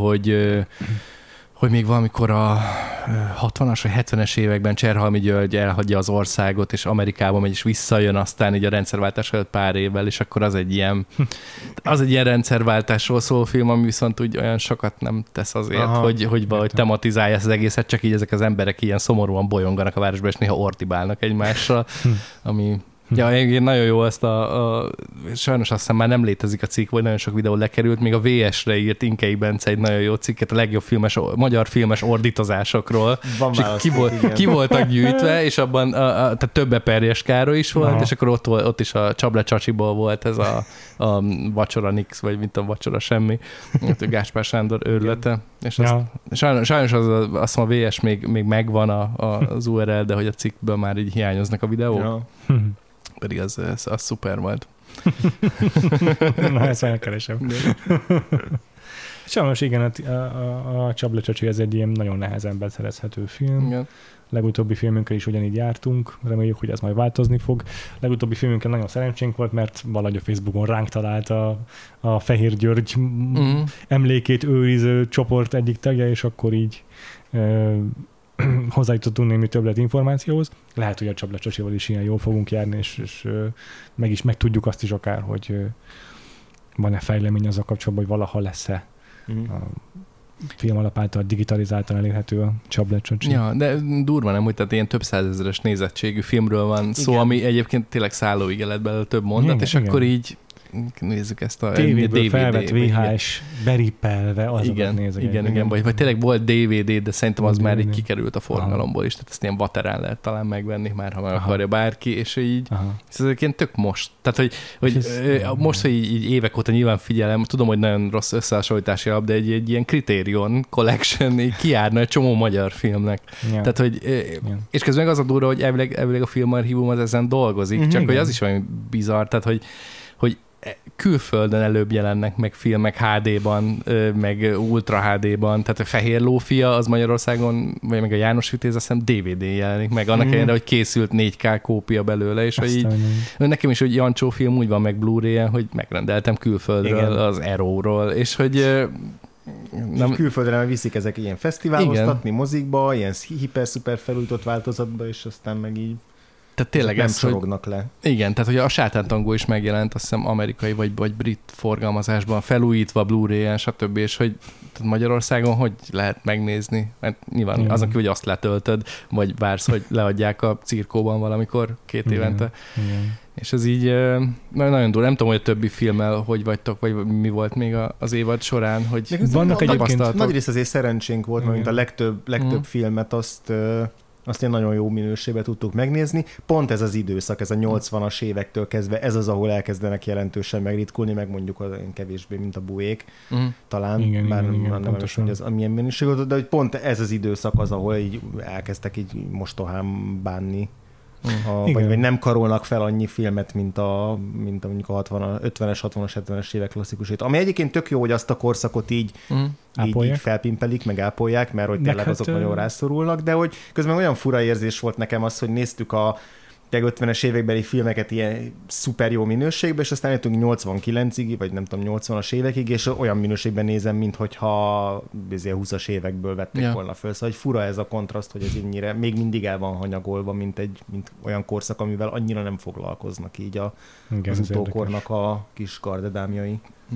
hogy még valamikor a 60-as vagy 70-es években Cserhalmi György elhagyja az országot, és Amerikába megy, és visszajön aztán így a rendszerváltás előtt pár évvel, és akkor az egy ilyen rendszerváltásról szóló film, ami viszont úgy olyan sokat nem tesz azért, hogy valahogy tematizálja ezt az egészet, csak így ezek az emberek ilyen szomorúan bolyonganak a városba, és néha ordibálnak egymással, ami... Ja, én nagyon jó ezt sajnos azt hiszem már nem létezik a cikk, vagy nagyon sok videó lekerült, még a VS-re írt Inkei Bence egy nagyon jó cikket a legjobb magyar filmes ordítozásokról. Ki voltak gyűjtve, és abban tehát több Eperjes Károly is volt, és akkor ott is a Csable Csacsiból volt ez a Vacsora Nix, vagy mint a Vacsora semmi, Gáspár Sándor őrülete. És sajnos azt mondom, a VS még megvan az URL, de hogy a cikkből már így hiányoznak a videók. Ja. Pedig az szuper volt. Na, ezt megkeresem. Sajnos igen, a Csable Csacsi ez egy ilyen nagyon nehezen beszerezhető film. Igen. Legutóbbi filmünkkel is ugyanígy jártunk, reméljük, hogy ez majd változni fog. Legutóbbi filmünkkel nagyon szerencsénk volt, mert valahogy a Facebookon ránk találta a Fehér György emlékét őriző csoport egyik tagja, és akkor így hozzájutottunk némi többlet információhoz. Lehet, hogy a Csable Csacsival is ilyen jól fogunk járni, és meg tudjuk azt is akár, hogy van-e fejlemény azzal kapcsolatban, hogy valaha lesz-e a film alap által digitalizáltan elérhető a Csable Csacsi. Ja, de durva nem, hogy tehát ilyen több százezeres nézettségű filmről van szó, ami egyébként tényleg szállóig lett belőle több mondat, és akkor így nézzük ezt a tévéből felvett DVD, VHS beripelve, azokat nézek. Igen, vagy tényleg volt DVD, de szerintem az DVD. már így kikerült a forgalomból is, tehát ezt ilyen vaterán lehet talán megvenni már, ha meg akarja bárki, és így ez egyébként tök most. Tehát, hogy most, hogy így évek óta nyilván figyelem, tudom, hogy nagyon rossz összehasonlítási alap, de egy ilyen Criterion Collection így kijárna egy csomó magyar filmnek. Ja. Tehát, hogy, és közben meg az a durva, hogy elvileg a filmarchívum az ezen dolgozik, csak hogy az is olyan bizarr, tehát, hogy külföldön előbb jelennek meg filmek HD-ban, meg Ultra HD-ban, tehát a Fehér Lófia az Magyarországon, vagy meg a János Vitéz, azt hiszem DVD-n jelenik meg, annak ellenére, hogy készült 4K kópia belőle, és hogy így, nekem is, hogy Jancsó film úgy van meg Blu-ray-en, hogy megrendeltem külföldről, az Arrow-ról, és hogy nem... külföldre viszik ezek ilyen fesztiváloztatni, mozikba, ilyen hiper-szuper felújított változatba, és aztán meg így tehát tényleg nem sorognak le. Igen, tehát hogy a Sátántangó is megjelent, azt hiszem amerikai vagy brit forgalmazásban, felújítva Blu-ray-en, stb. És hogy Magyarországon hogy lehet megnézni? Mert nyilván azon ki, hogy azt letöltöd, vagy vársz, hogy leadják a cirkóban valamikor 2 évente. Igen. És ez így nagyon durva. Nem tudom, hogy a többi filmmel hogy vagytok, vagy mi volt még az évad során, hogy vannak egyébként... Nagy rész azért szerencsénk volt, mert mint a legtöbb filmet azt én nagyon jó minőségben tudtuk megnézni. Pont ez az időszak, ez a 80-as évektől kezdve, ez az, ahol elkezdenek jelentősen megritkulni, meg mondjuk kevésbé, mint a buék. Talán, igen, bár igen, nem emlékszem, hogy az milyen minőség volt, de hogy pont ez az időszak az, ahol így elkezdtek így mostohán bánni. Vagy nem karolnak fel annyi filmet, mint mondjuk a 50-es, 60-as, 70-es évek klasszikusait. Ami egyébként tök jó, hogy azt a korszakot így felpimpelik, meg ápolják, mert hogy tényleg azok nagyon rászorulnak, de hogy közben olyan fura érzés volt nekem az, hogy néztük a 50-es évekbeli filmeket ilyen szuper jó minőségben, és aztán jöttünk 89-ig, vagy nem tudom, 80-as évekig, és olyan minőségben nézem, minthogyha 20-as évekből vették volna föl. Szóval hogy fura ez a kontraszt, hogy ez ennyire még mindig el van hanyagolva, mint olyan korszak, amivel annyira nem foglalkoznak így az utókornak a kis gardedámjai.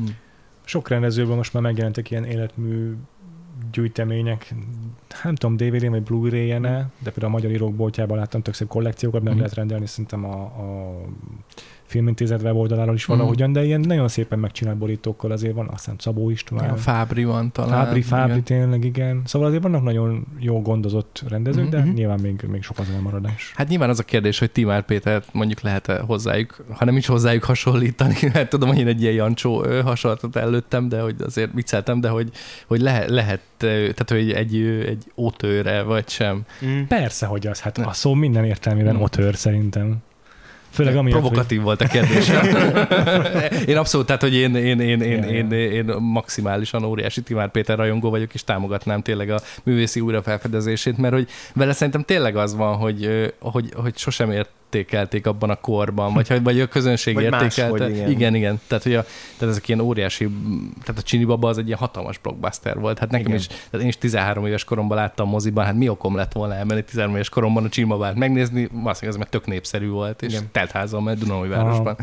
Sok rendezőben most már megjelentek ilyen életmű gyűjtemények, nem tudom, DVD-n vagy Blu-ray-en, de például a Magyar Írók Boltjában láttam tök szép kollekciókat, nem lehet rendelni, szerintem a Filmintézet weboldaláról is valahogyan, de ilyen nagyon szépen megcsinált borítókkal azért van, aztán Szabó István. A Fábri van talán. Fábri tényleg, igen. Szóval azért vannak nagyon jó gondozott rendezők, de nyilván még sok az elmaradás. Hát nyilván az a kérdés, hogy Timár Pétert mondjuk lehet-e hozzájuk, ha nem is hozzájuk hasonlítani, mert tudom, hogy én egy ilyen Jancsó hasonlatot előttem, de hogy azért vicceltem, de hogy lehet, tehát hogy egy auteur-e vagy sem. Persze, hogy az. Hát a szó minden értelmében auteur szerintem. Főleg amiatt, provokatív volt a kérdés. Én abszolút, tehát, hogy én maximálisan óriási Timár Péter rajongó vagyok, és támogatnám tényleg a művészi újrafelfedezését, mert hogy vele szerintem tényleg az van, hogy sosem értékelték abban a korban, vagy a közönség értékelte. Igen. Tehát ezek ilyen óriási, tehát a Csini Baba az egy ilyen hatalmas blockbuster volt. Hát nekem is, tehát én is 13 éves koromban láttam moziban, hát mi okom lett volna elmenni 13 éves koromban a Csini Babát megnézni, valószínűleg ez mert tök népszerű volt, és teltházal, mert Dunaújvárosban.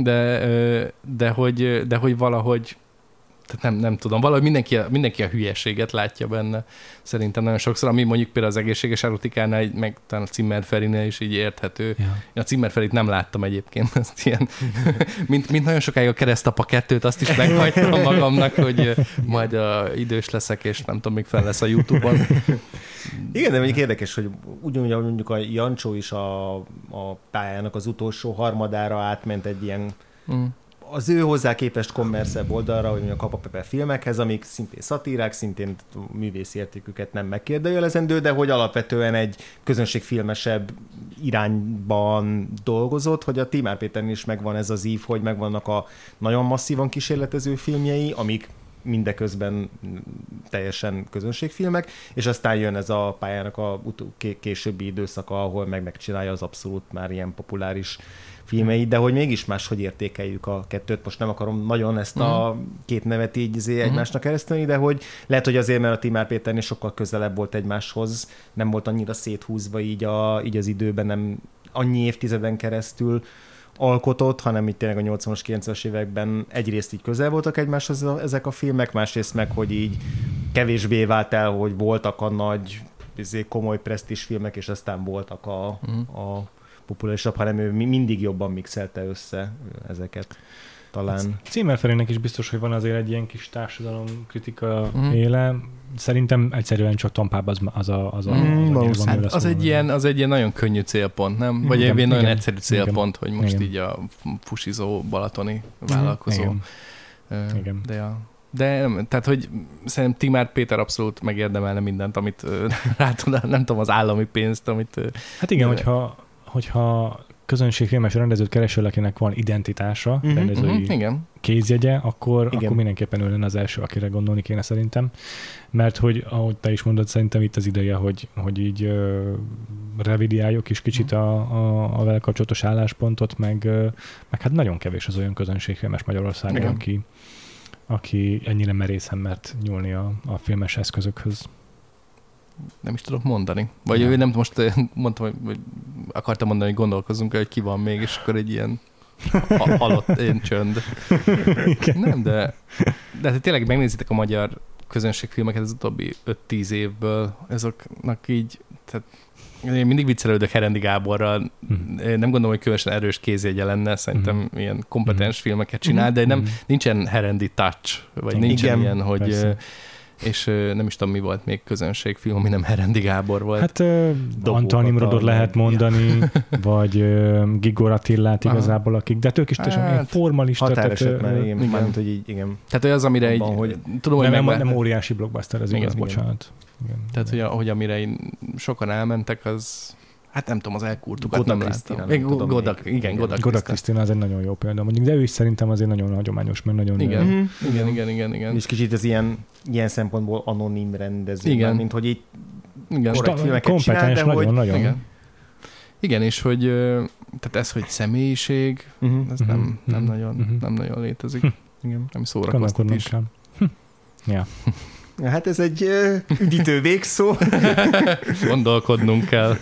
De hogy valahogy tehát nem tudom, valahogy mindenki a hülyeséget látja benne. Szerintem nagyon sokszor, ami mondjuk például az egészséges erotikánál, meg talán a Zimmer Ferinél is így érthető. Ja. Én a Zimmer Ferit nem láttam egyébként, azt ilyen, mint nagyon sokáig a Keresztapa 2-t, azt is meghagytam magamnak, hogy majd idős leszek, és nem tudom, még fel lesz a YouTube-on. Igen, de mondjuk érdekes, hogy ugyanúgy, mondjuk a Jancsó is a pályának az utolsó harmadára átment egy ilyen az ő hozzá képest kommerszebb oldalra, hogy a Kapapepe filmekhez, amik szintén szatírák, szintén művészi értéküket nem megkérdőjelezendő, de hogy alapvetően egy közönségfilmesebb irányban dolgozott, hogy a Timár Péternél is megvan ez az ív, hogy megvannak a nagyon masszívan kísérletező filmjei, amik mindeközben teljesen közönségfilmek, és aztán jön ez a pályának a későbbi időszaka, ahol megcsinálja az abszolút már ilyen populáris filmeit, de hogy mégis máshogy értékeljük a kettőt. Most nem akarom nagyon ezt a két nevet így egymásnak keresztülni, de hogy lehet, hogy azért, mert a Timár Péternél sokkal közelebb volt egymáshoz, nem volt annyira széthúzva így az időben, nem annyi évtizeden keresztül alkotott, hanem itt tényleg a 80-as, 90-es években egyrészt így közel voltak egymáshoz ezek a filmek, másrészt meg, hogy így kevésbé vált el, hogy voltak a nagy, komoly presztízs filmek, és aztán voltak a populárisabb, hanem ő mindig jobban mixelte össze ezeket. talán. Címer Ferének is biztos, hogy van azért egy ilyen kis társadalomkritika éle. Szerintem egyszerűen csak tompább az egy ilyen nagyon könnyű célpont, nem? Vagy egy nagyon egyszerű célpont, hogy most így a fusizó balatoni vállalkozó. Igen. De nem, tehát, hogy szerintem Timár Péter abszolút megérdemelne mindent, amit rá tud, nem tudom, az állami pénzt, amit... Hát igen, hogyha közönségfilmes rendezőt kereső, akinek van identitása, rendezői kézjegye, akkor mindenképpen ő lenne az első, akire gondolni kéne szerintem. Mert hogy, ahogy te is mondod, szerintem itt az ideje, hogy így revidiáljuk is kicsit a vele kapcsolatos álláspontot, meg hát nagyon kevés az olyan közönségfilmes Magyarországon, aki ennyire merészen mert nyúlni a filmes eszközökhöz. Nem is tudok mondani. Vagy ő nem most mondtam, hogy akartam mondani, hogy gondolkozzunk el, hogy ki van még, és akkor egy ilyen halott én csönd. Nem, de tényleg megnézitek a magyar közönségfilmeket az utóbbi 5-10 évből, azoknak így, tehát én mindig viccelődök Herendi Gáborral, nem gondolom, hogy különösen erős kézjegye lenne, szerintem ilyen kompetens filmeket csinál, de nincsen Herendi touch, vagy nincsen ilyen, hogy... Persze. És nem is tudom, mi volt még közönségfilm, ami nem Herendi Gábor volt. Hát Antal Nimrodot lehet mondani, vagy Gigor Attillát igazából, akik, de ők is teljesen formalista. Határesetben, igen. Hogy így, igen. Tehát az, amire egy... Tudom, hogy nem óriási blockbuster, ez igaz, bocsánat. Igen. Tehát, hogy amire sokan elmentek, az... Hát nem tudom, az elkurtukat nem láttam. Goda Krisztina az egy nagyon jó példa, mondjuk, de ő is szerintem azért nagyon hagyományos, mert nagyon... Igen. És kicsit ez ilyen szempontból anonim rendező, igen. mint hogy így korrekt filmeket csinál, de hogy... Nagyon. Igen, és hogy tehát ez, hogy személyiség, ez nem nagyon létezik. Igen. Nem szórakoztat is. Ja. Hát ez egy üdítő végszó. Gondolkodnunk kell.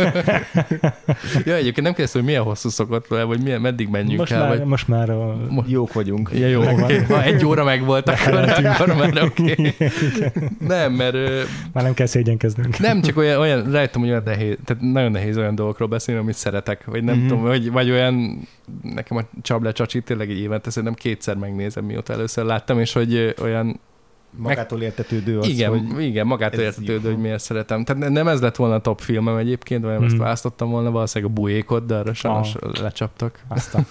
Ja, egyébként nem kérdeztem, hogy milyen hosszú szokott le, vagy meddig menjünk el. Most már jók vagyunk. Ja, jó, oké. Ha 1 óra meg volt, akkor már oké. Nem, mert... Már nem kell szégyenkeznünk. Nem, csak olyan rájöttem, hogy olyan nehéz, tehát nagyon nehéz olyan dolgokról beszélni, amit szeretek, vagy nem tudom, vagy olyan, nekem a Csable Csacsit tényleg egy évente szerintem 2-szer megnézem, mióta először láttam, és hogy olyan magától értetődő az, igen, magától értetődő, hogy miért szeretem. Tehát nem ez lett volna a top filmem egyébként, vagy ezt választottam volna, valószínűleg a Bujékot, de arra sajnos lecsaptak.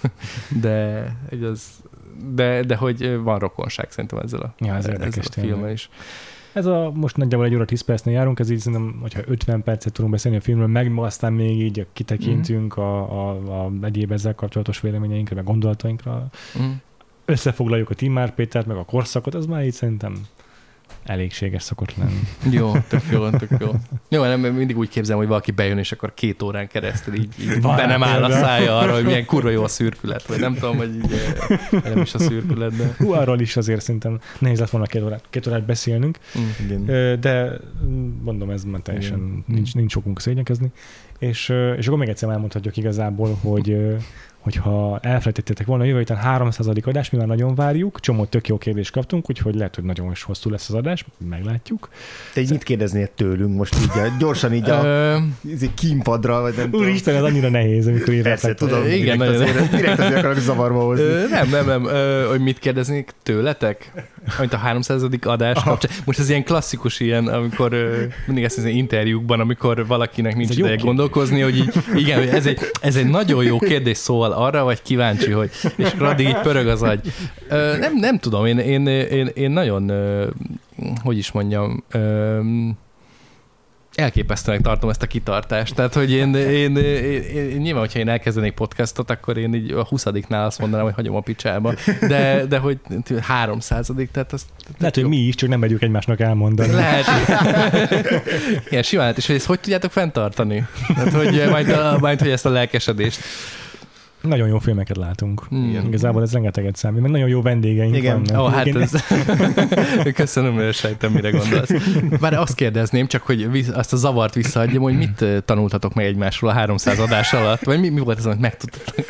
De hogy van rokonság szerintem ezzel a filmmel is. Ez most nagyjából 1 óra 10 percnél járunk, ez így szerintem, hogyha 50 percet tudunk beszélni a filmről, meg aztán még így kitekintünk a egyéb ezzel kapcsolatos véleményeinkre, meg gondolatainkra. Összefoglaljuk a Timár Pétert, meg a korszakot, az már így szerintem elégséges szokott lenni. Jó, tök jó. Jó, nem mindig úgy képzelem, hogy valaki bejön, és akkor 2 órán keresztül így be nem áll a szája arra, hogy milyen kurva jó a szürkület, vagy nem tudom, hogy így nem is a szürkület, de... Arról is azért szerintem nehéz lett volna 2 órát beszélnünk, de mondom, ez már teljesen nincs okunk szégyenkezni. És akkor még egyszer elmondhatjuk igazából, hogyha elfelejtettétek volna, jövő héten 300. adás, mi már nagyon várjuk, csomó tök jó kérdést kaptunk, úgyhogy lehet, hogy nagyon is hosszú lesz az adás, meglátjuk. Te így mit kérdeznél tőlünk most így, gyorsan így a kínpadra, vagy nem tudom. Úristen, ez annyira nehéz, amikor így persze, tudom, igen, direkt azért akarok zavarba hozni. Nem, hogy mit kérdeznék tőletek? Amit a 300. adás kapcsán. Most ez ilyen klasszikus ilyen, amikor mindig ezt az interjúkban, amikor valakinek nincs ideje gondolkozni, hogy így, igen, ez egy nagyon jó kérdés, szóval arra vagy kíváncsi, hogy és addig így pörög az agy. Nem tudom, én nagyon, hogy is mondjam, elképesztőnek tartom ezt a kitartást. Tehát, hogy én nyilván, hogyha én elkezdenék podcastot, akkor én így a 20-nál azt mondanám, hogy hagyom a picsába. De hogy 300. Tehát azt... Lehet, hogy mi is, csak nem megyünk egymásnak elmondani. Lehet. Igen, simán lehet. És hogy ezt hogy tudjátok fenntartani? Tehát, hogy hogy ezt a lelkesedést. Nagyon jó filmeket látunk. Igen. Igazából ez rengeteget számít, mert nagyon jó vendégeink vannak. Hát ez... Köszönöm, hogy sejtem, mire gondolsz. Bár azt kérdezném, csak hogy azt a zavart visszaadjam, hogy mit tanultatok meg egymásról a 300 adás alatt? Vagy mi volt az, amit megtudtatok?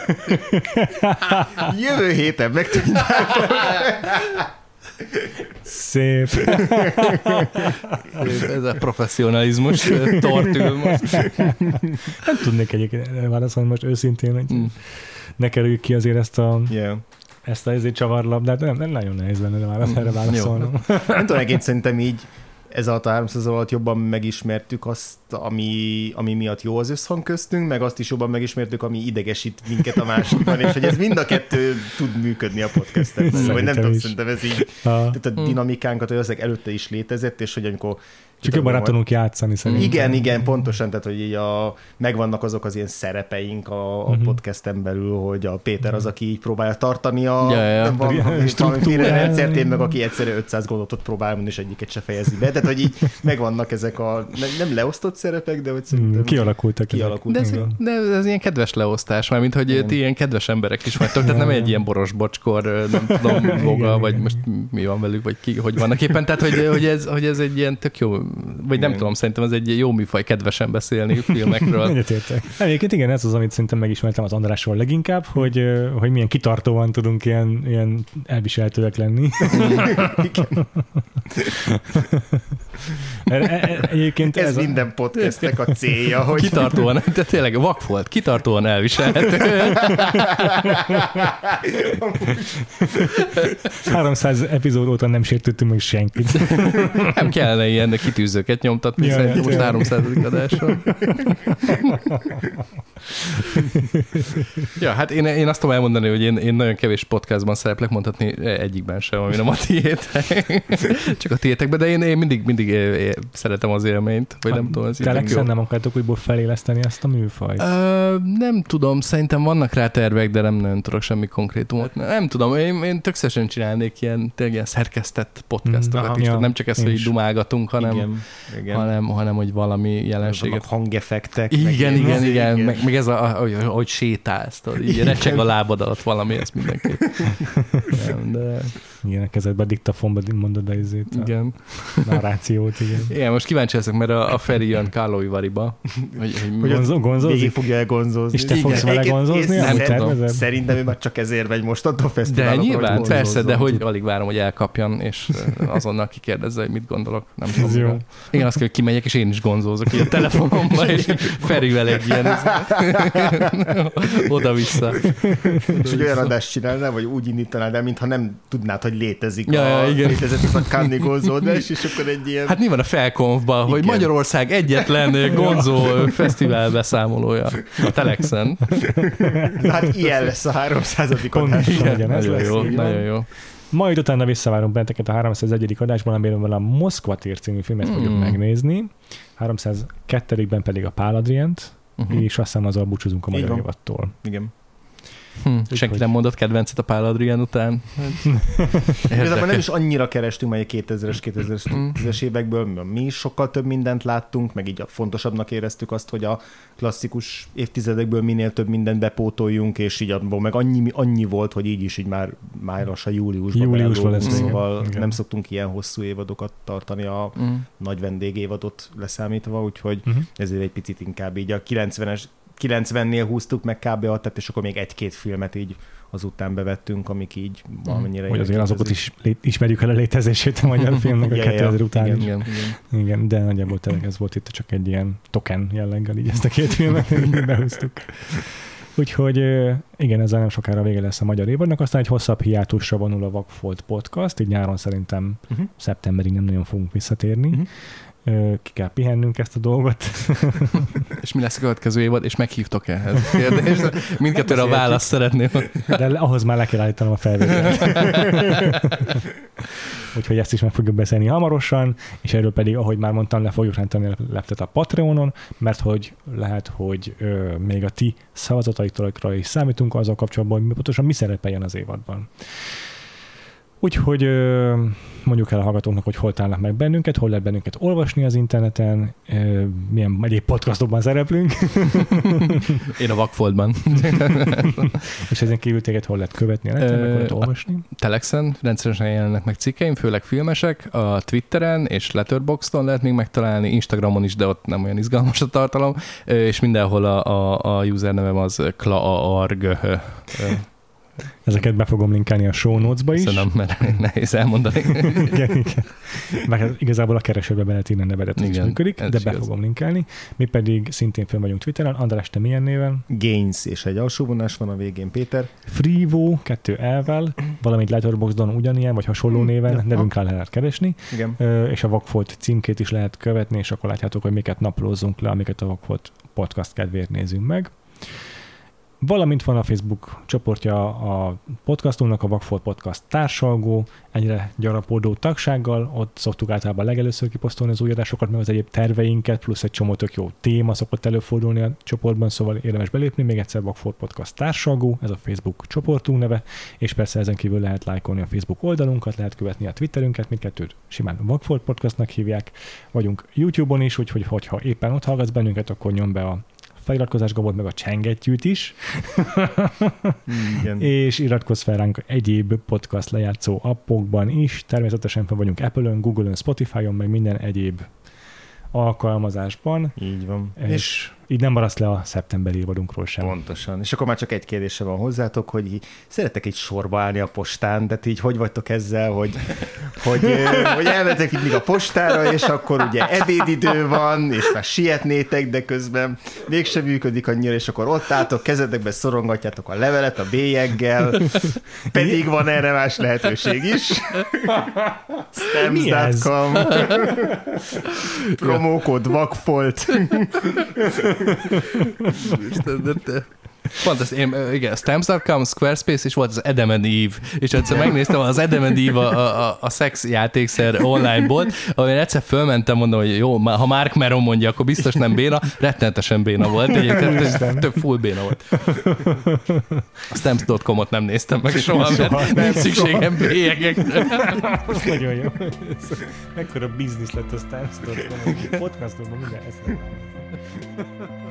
Jövő héten megtudjátok. Szép. Ez a professzionalizmus tortül most. Nem tudnék egyébként válaszolni most őszintén, hogy ne kerüljük ki azért ezt a ezt azért csavarlabdát, nem nagyon nehéz lenne erre válaszolnom. Nem tudom, én szerintem így ez alatt a 300 alatt jobban megismertük azt, ami miatt jó az összhang köztünk, meg azt is jobban megismertük, ami idegesít minket a másikban, és hogy ez mind a kettő tud működni a podcasten. Vagy nem tudom, szerintem ez így, tehát a dinamikánkat, hogy azok előtte is létezett, és hogy amikor csak jobban rá tudunk játszani szerintem. Igen, pontosan, tehát hogy így megvannak azok az ilyen szerepeink a podcasten belül, hogy a Péter az, aki így próbálja tartani valamiféle rendszert, én meg aki egyszerűen 500 gondolatot próbál, és egyiket se fejezi be. Tehát, hogy így megvannak ezek a nem leosztott szerepek, de hogy szerintem kialakultak. De ez ilyen kedves leosztás, mármint, hogy ti ilyen kedves emberek is vagytok, tehát nem egy ilyen boros bocskor, nem tudom, voga, vagy most mi van velük, vagy ki, hogy vannak éppen, tehát, hogy ez egy ilyen tök jó, vagy nem tudom, szerintem ez egy jó műfaj kedvesen beszélni filmekről. Egyetértek. Egyébként igen, ez az, amit szerintem megismertem az Andrásról leginkább, hogy milyen kitartóan tudunk ilyen elviselhetőek lenni. Egyébként ez minden podcastnek a célja, hogy... Kitartóan, de tényleg vakfolt, kitartóan elviselhető. 300 epizód óta nem sértettünk meg senkit. Nem kellene ilyen kitűzőket nyomtatni, szerintem most 300. adásra. Ja, hát én azt tudom elmondani, hogy én nagyon kevés podcastban szereplek, mondhatni egyikben sem, ami nem a tiétek. Csak a tiétekben, de én mindig szeretem az élményt, vagy nem tudom. Telexen nem akartok újból feléleszteni ezt a műfajt? Nem tudom, szerintem vannak rá tervek, de nem tudok semmi konkrétumot. Nem tudom, én tök szívesen csinálnék ilyen szerkesztett podcastokat is, nem csak ezt, hogy dumálgatunk, hanem hogy valami jelenséget. Hangeffektek. Igen. Meg ez, hogy sétálsz, így recseg a lábad alatt valami, ez mindenképp. Igen, a kezedben a diktafonban mondod a igen. narrációt, igen. Igen, most kíváncsi leszek, mert a Feri jön Karlovy-Varyba. Végig fogja elgonzózni. És te fogsz vele gonzózni? Szerintem ő már csak ezért megy most attól fesztiválokra. De nyilván, persze, de hogy alig várom, hogy elkapjan, és azonnal kikérdezze, hogy mit gondolok. Nem tudom. Igen, azt kell, hogy kimegyek, és én is gonzózok így a telefonomba, és Ferivel egy ilyen oda-vissza. És hogy olyan adást csinálnál, vagy úgy indítanád el, mintha nem tudnád, hogy létezik létezett ez a Cannes gonzódás, és akkor egy ilyen... Hát mi van a Felkonfban, hogy Magyarország egyetlen gonzó fesztivál beszámolója a Telexen. Hát ilyen lesz a 300. adás. Nagyon jó. Majd utána visszavárunk benteket a 301. adásban, amiben a Moszkva tér című filmet fogjuk megnézni. 302-ben pedig a Pál Adrient, és azt hiszem azzal búcsúzunk a magyar évattól. Igen. Senki nem mondott kedvencet a Pál Adrián után. Igazából nem is annyira kerestünk majd a 2000-es, 2010-es évekből, mi is sokkal több mindent láttunk, meg így a fontosabbnak éreztük azt, hogy a klasszikus évtizedekből minél több mindent bepótoljunk, és így abból meg annyi volt, hogy így is így már lassan júliusban lesz, szóval nem szoktunk ilyen hosszú évadokat tartani, a nagy vendégévadot leszámítva, úgyhogy ezért egy picit inkább így a 90-nél húztuk meg kb. Tehát, és akkor még egy-két filmet így azután bevettünk, amik így valamennyire... Hogy azért azokat is ismerjük el a létezését a magyar filmnek a 2000 után. Igen, de nagyjából tényleg ez volt itt csak egy ilyen token jelleggel, így ezt a két filmet behúztuk. Úgyhogy igen, ezzel nem sokára vége lesz a magyar évadnak, aztán egy hosszabb hiátusra vonul a Vakfolt Podcast, így nyáron szerintem szeptemberig nem nagyon fogunk visszatérni. Ki kell pihennünk ezt a dolgot. És mi lesz a következő évad, és meghívtok ehhez? Kérdés. Mindkettőre a választ szeretném. De ahhoz már le kell állítanom a felvételt. Úgyhogy ezt is meg fogjuk beszélni hamarosan, és erről pedig, ahogy már mondtam, le fogjuk rántani a leptet a Patreonon, mert hogy lehet, hogy még a ti szavazataitokra is számítunk azzal kapcsolatban, hogy pontosan mi szerepeljen az évadban. Úgyhogy mondjuk el a hallgatóknak, hogy hol találnak meg bennünket, hol lehet bennünket olvasni az interneten, milyen egyéb podcastokban szereplünk. Én a Vakfoltban. És ezen kívül téged hol lehet követni, hol lehet olvasni? Telexen rendszeresen jelennek meg cikkeim, főleg filmesek, a Twitteren és Letterboxdon lehet még megtalálni, Instagramon is, de ott nem olyan izgalmas a tartalom, és mindenhol a usernevem az klaarg. Ezeket be fogom linkelni a show notes-ba is. Szerintem, mert nehéz elmondani. igen. Mert igazából a keresőbe be lehet írni a nevedet, is működik, de be fogom linkelni. Mi pedig szintén fönn vagyunk Twitteren. András, te milyen néven? Gains és egy alsóvonás van a végén, Péter. Freevo 2 L-vel, valamint Letterboxdon ugyanilyen, vagy hasonló néven, nevünkre lehet keresni. Igen. És a Vagfolt címkét is lehet követni, és akkor látjátok, hogy miket naplózzunk le, amiket a Vagfolt podcast kedvéért nézünk meg. Valamint van a Facebook csoportja a podcastunknak, a Vagfolt Podcast társalgó, egyre gyarapodó tagsággal, ott szoktuk általában legelőször kiposztolni az új adásokat, meg az egyéb terveinket, plusz egy csomó tök jó téma szokott előfordulni a csoportban, szóval érdemes belépni, még egyszer Vagfolt Podcast társalgó, ez a Facebook csoportunk neve, és persze ezen kívül lehet lájkolni a Facebook oldalunkat, lehet követni a Twitterünket, mindkettőt simán Vagfolt Podcastnak hívják, vagyunk YouTube-on is, úgyhogy ha éppen ott hallgatsz bennünket, akkor nyomd be a feliratkozás gombot, meg a csengettyűt is. És iratkozz fel ránk egyéb podcast lejátszó appokban is. Természetesen fel vagyunk Apple-ön, Google-ön, Spotify-on, meg minden egyéb alkalmazásban. Így van. És így nem maradsz le a szeptemberi évadunkról sem. Pontosan. És akkor már csak egy kérdése van hozzátok, hogy szeretek így sorba állni a postán, de így hogy vagytok ezzel, hogy elmentek így még a postára, és akkor ugye ebédidő van, és már sietnétek, de közben mégsem működik annyira, és akkor ott álltok, kezetekbe szorongatjátok a levelet a bélyeggel, pedig van erre más lehetőség is. Stamps.com promókód Vagfolt. Pont ezt igen, Stamps.com, Squarespace, és volt az Adam and Eve, és egyszer megnéztem, az Adam and Eve a szex játékszer online volt, ahol én egyszer fölmentem, mondom, hogy jó, ha Mark Maron mondja, akkor biztos nem béna, rettenetesen béna volt, egyébként több full béna volt. A Stamps.com-ot nem néztem meg soha, mert nincs szükségem bélyegekre. Nagyon jó. Mekkora biznisz lett a Stamps.com, podcastokban minden eszembe.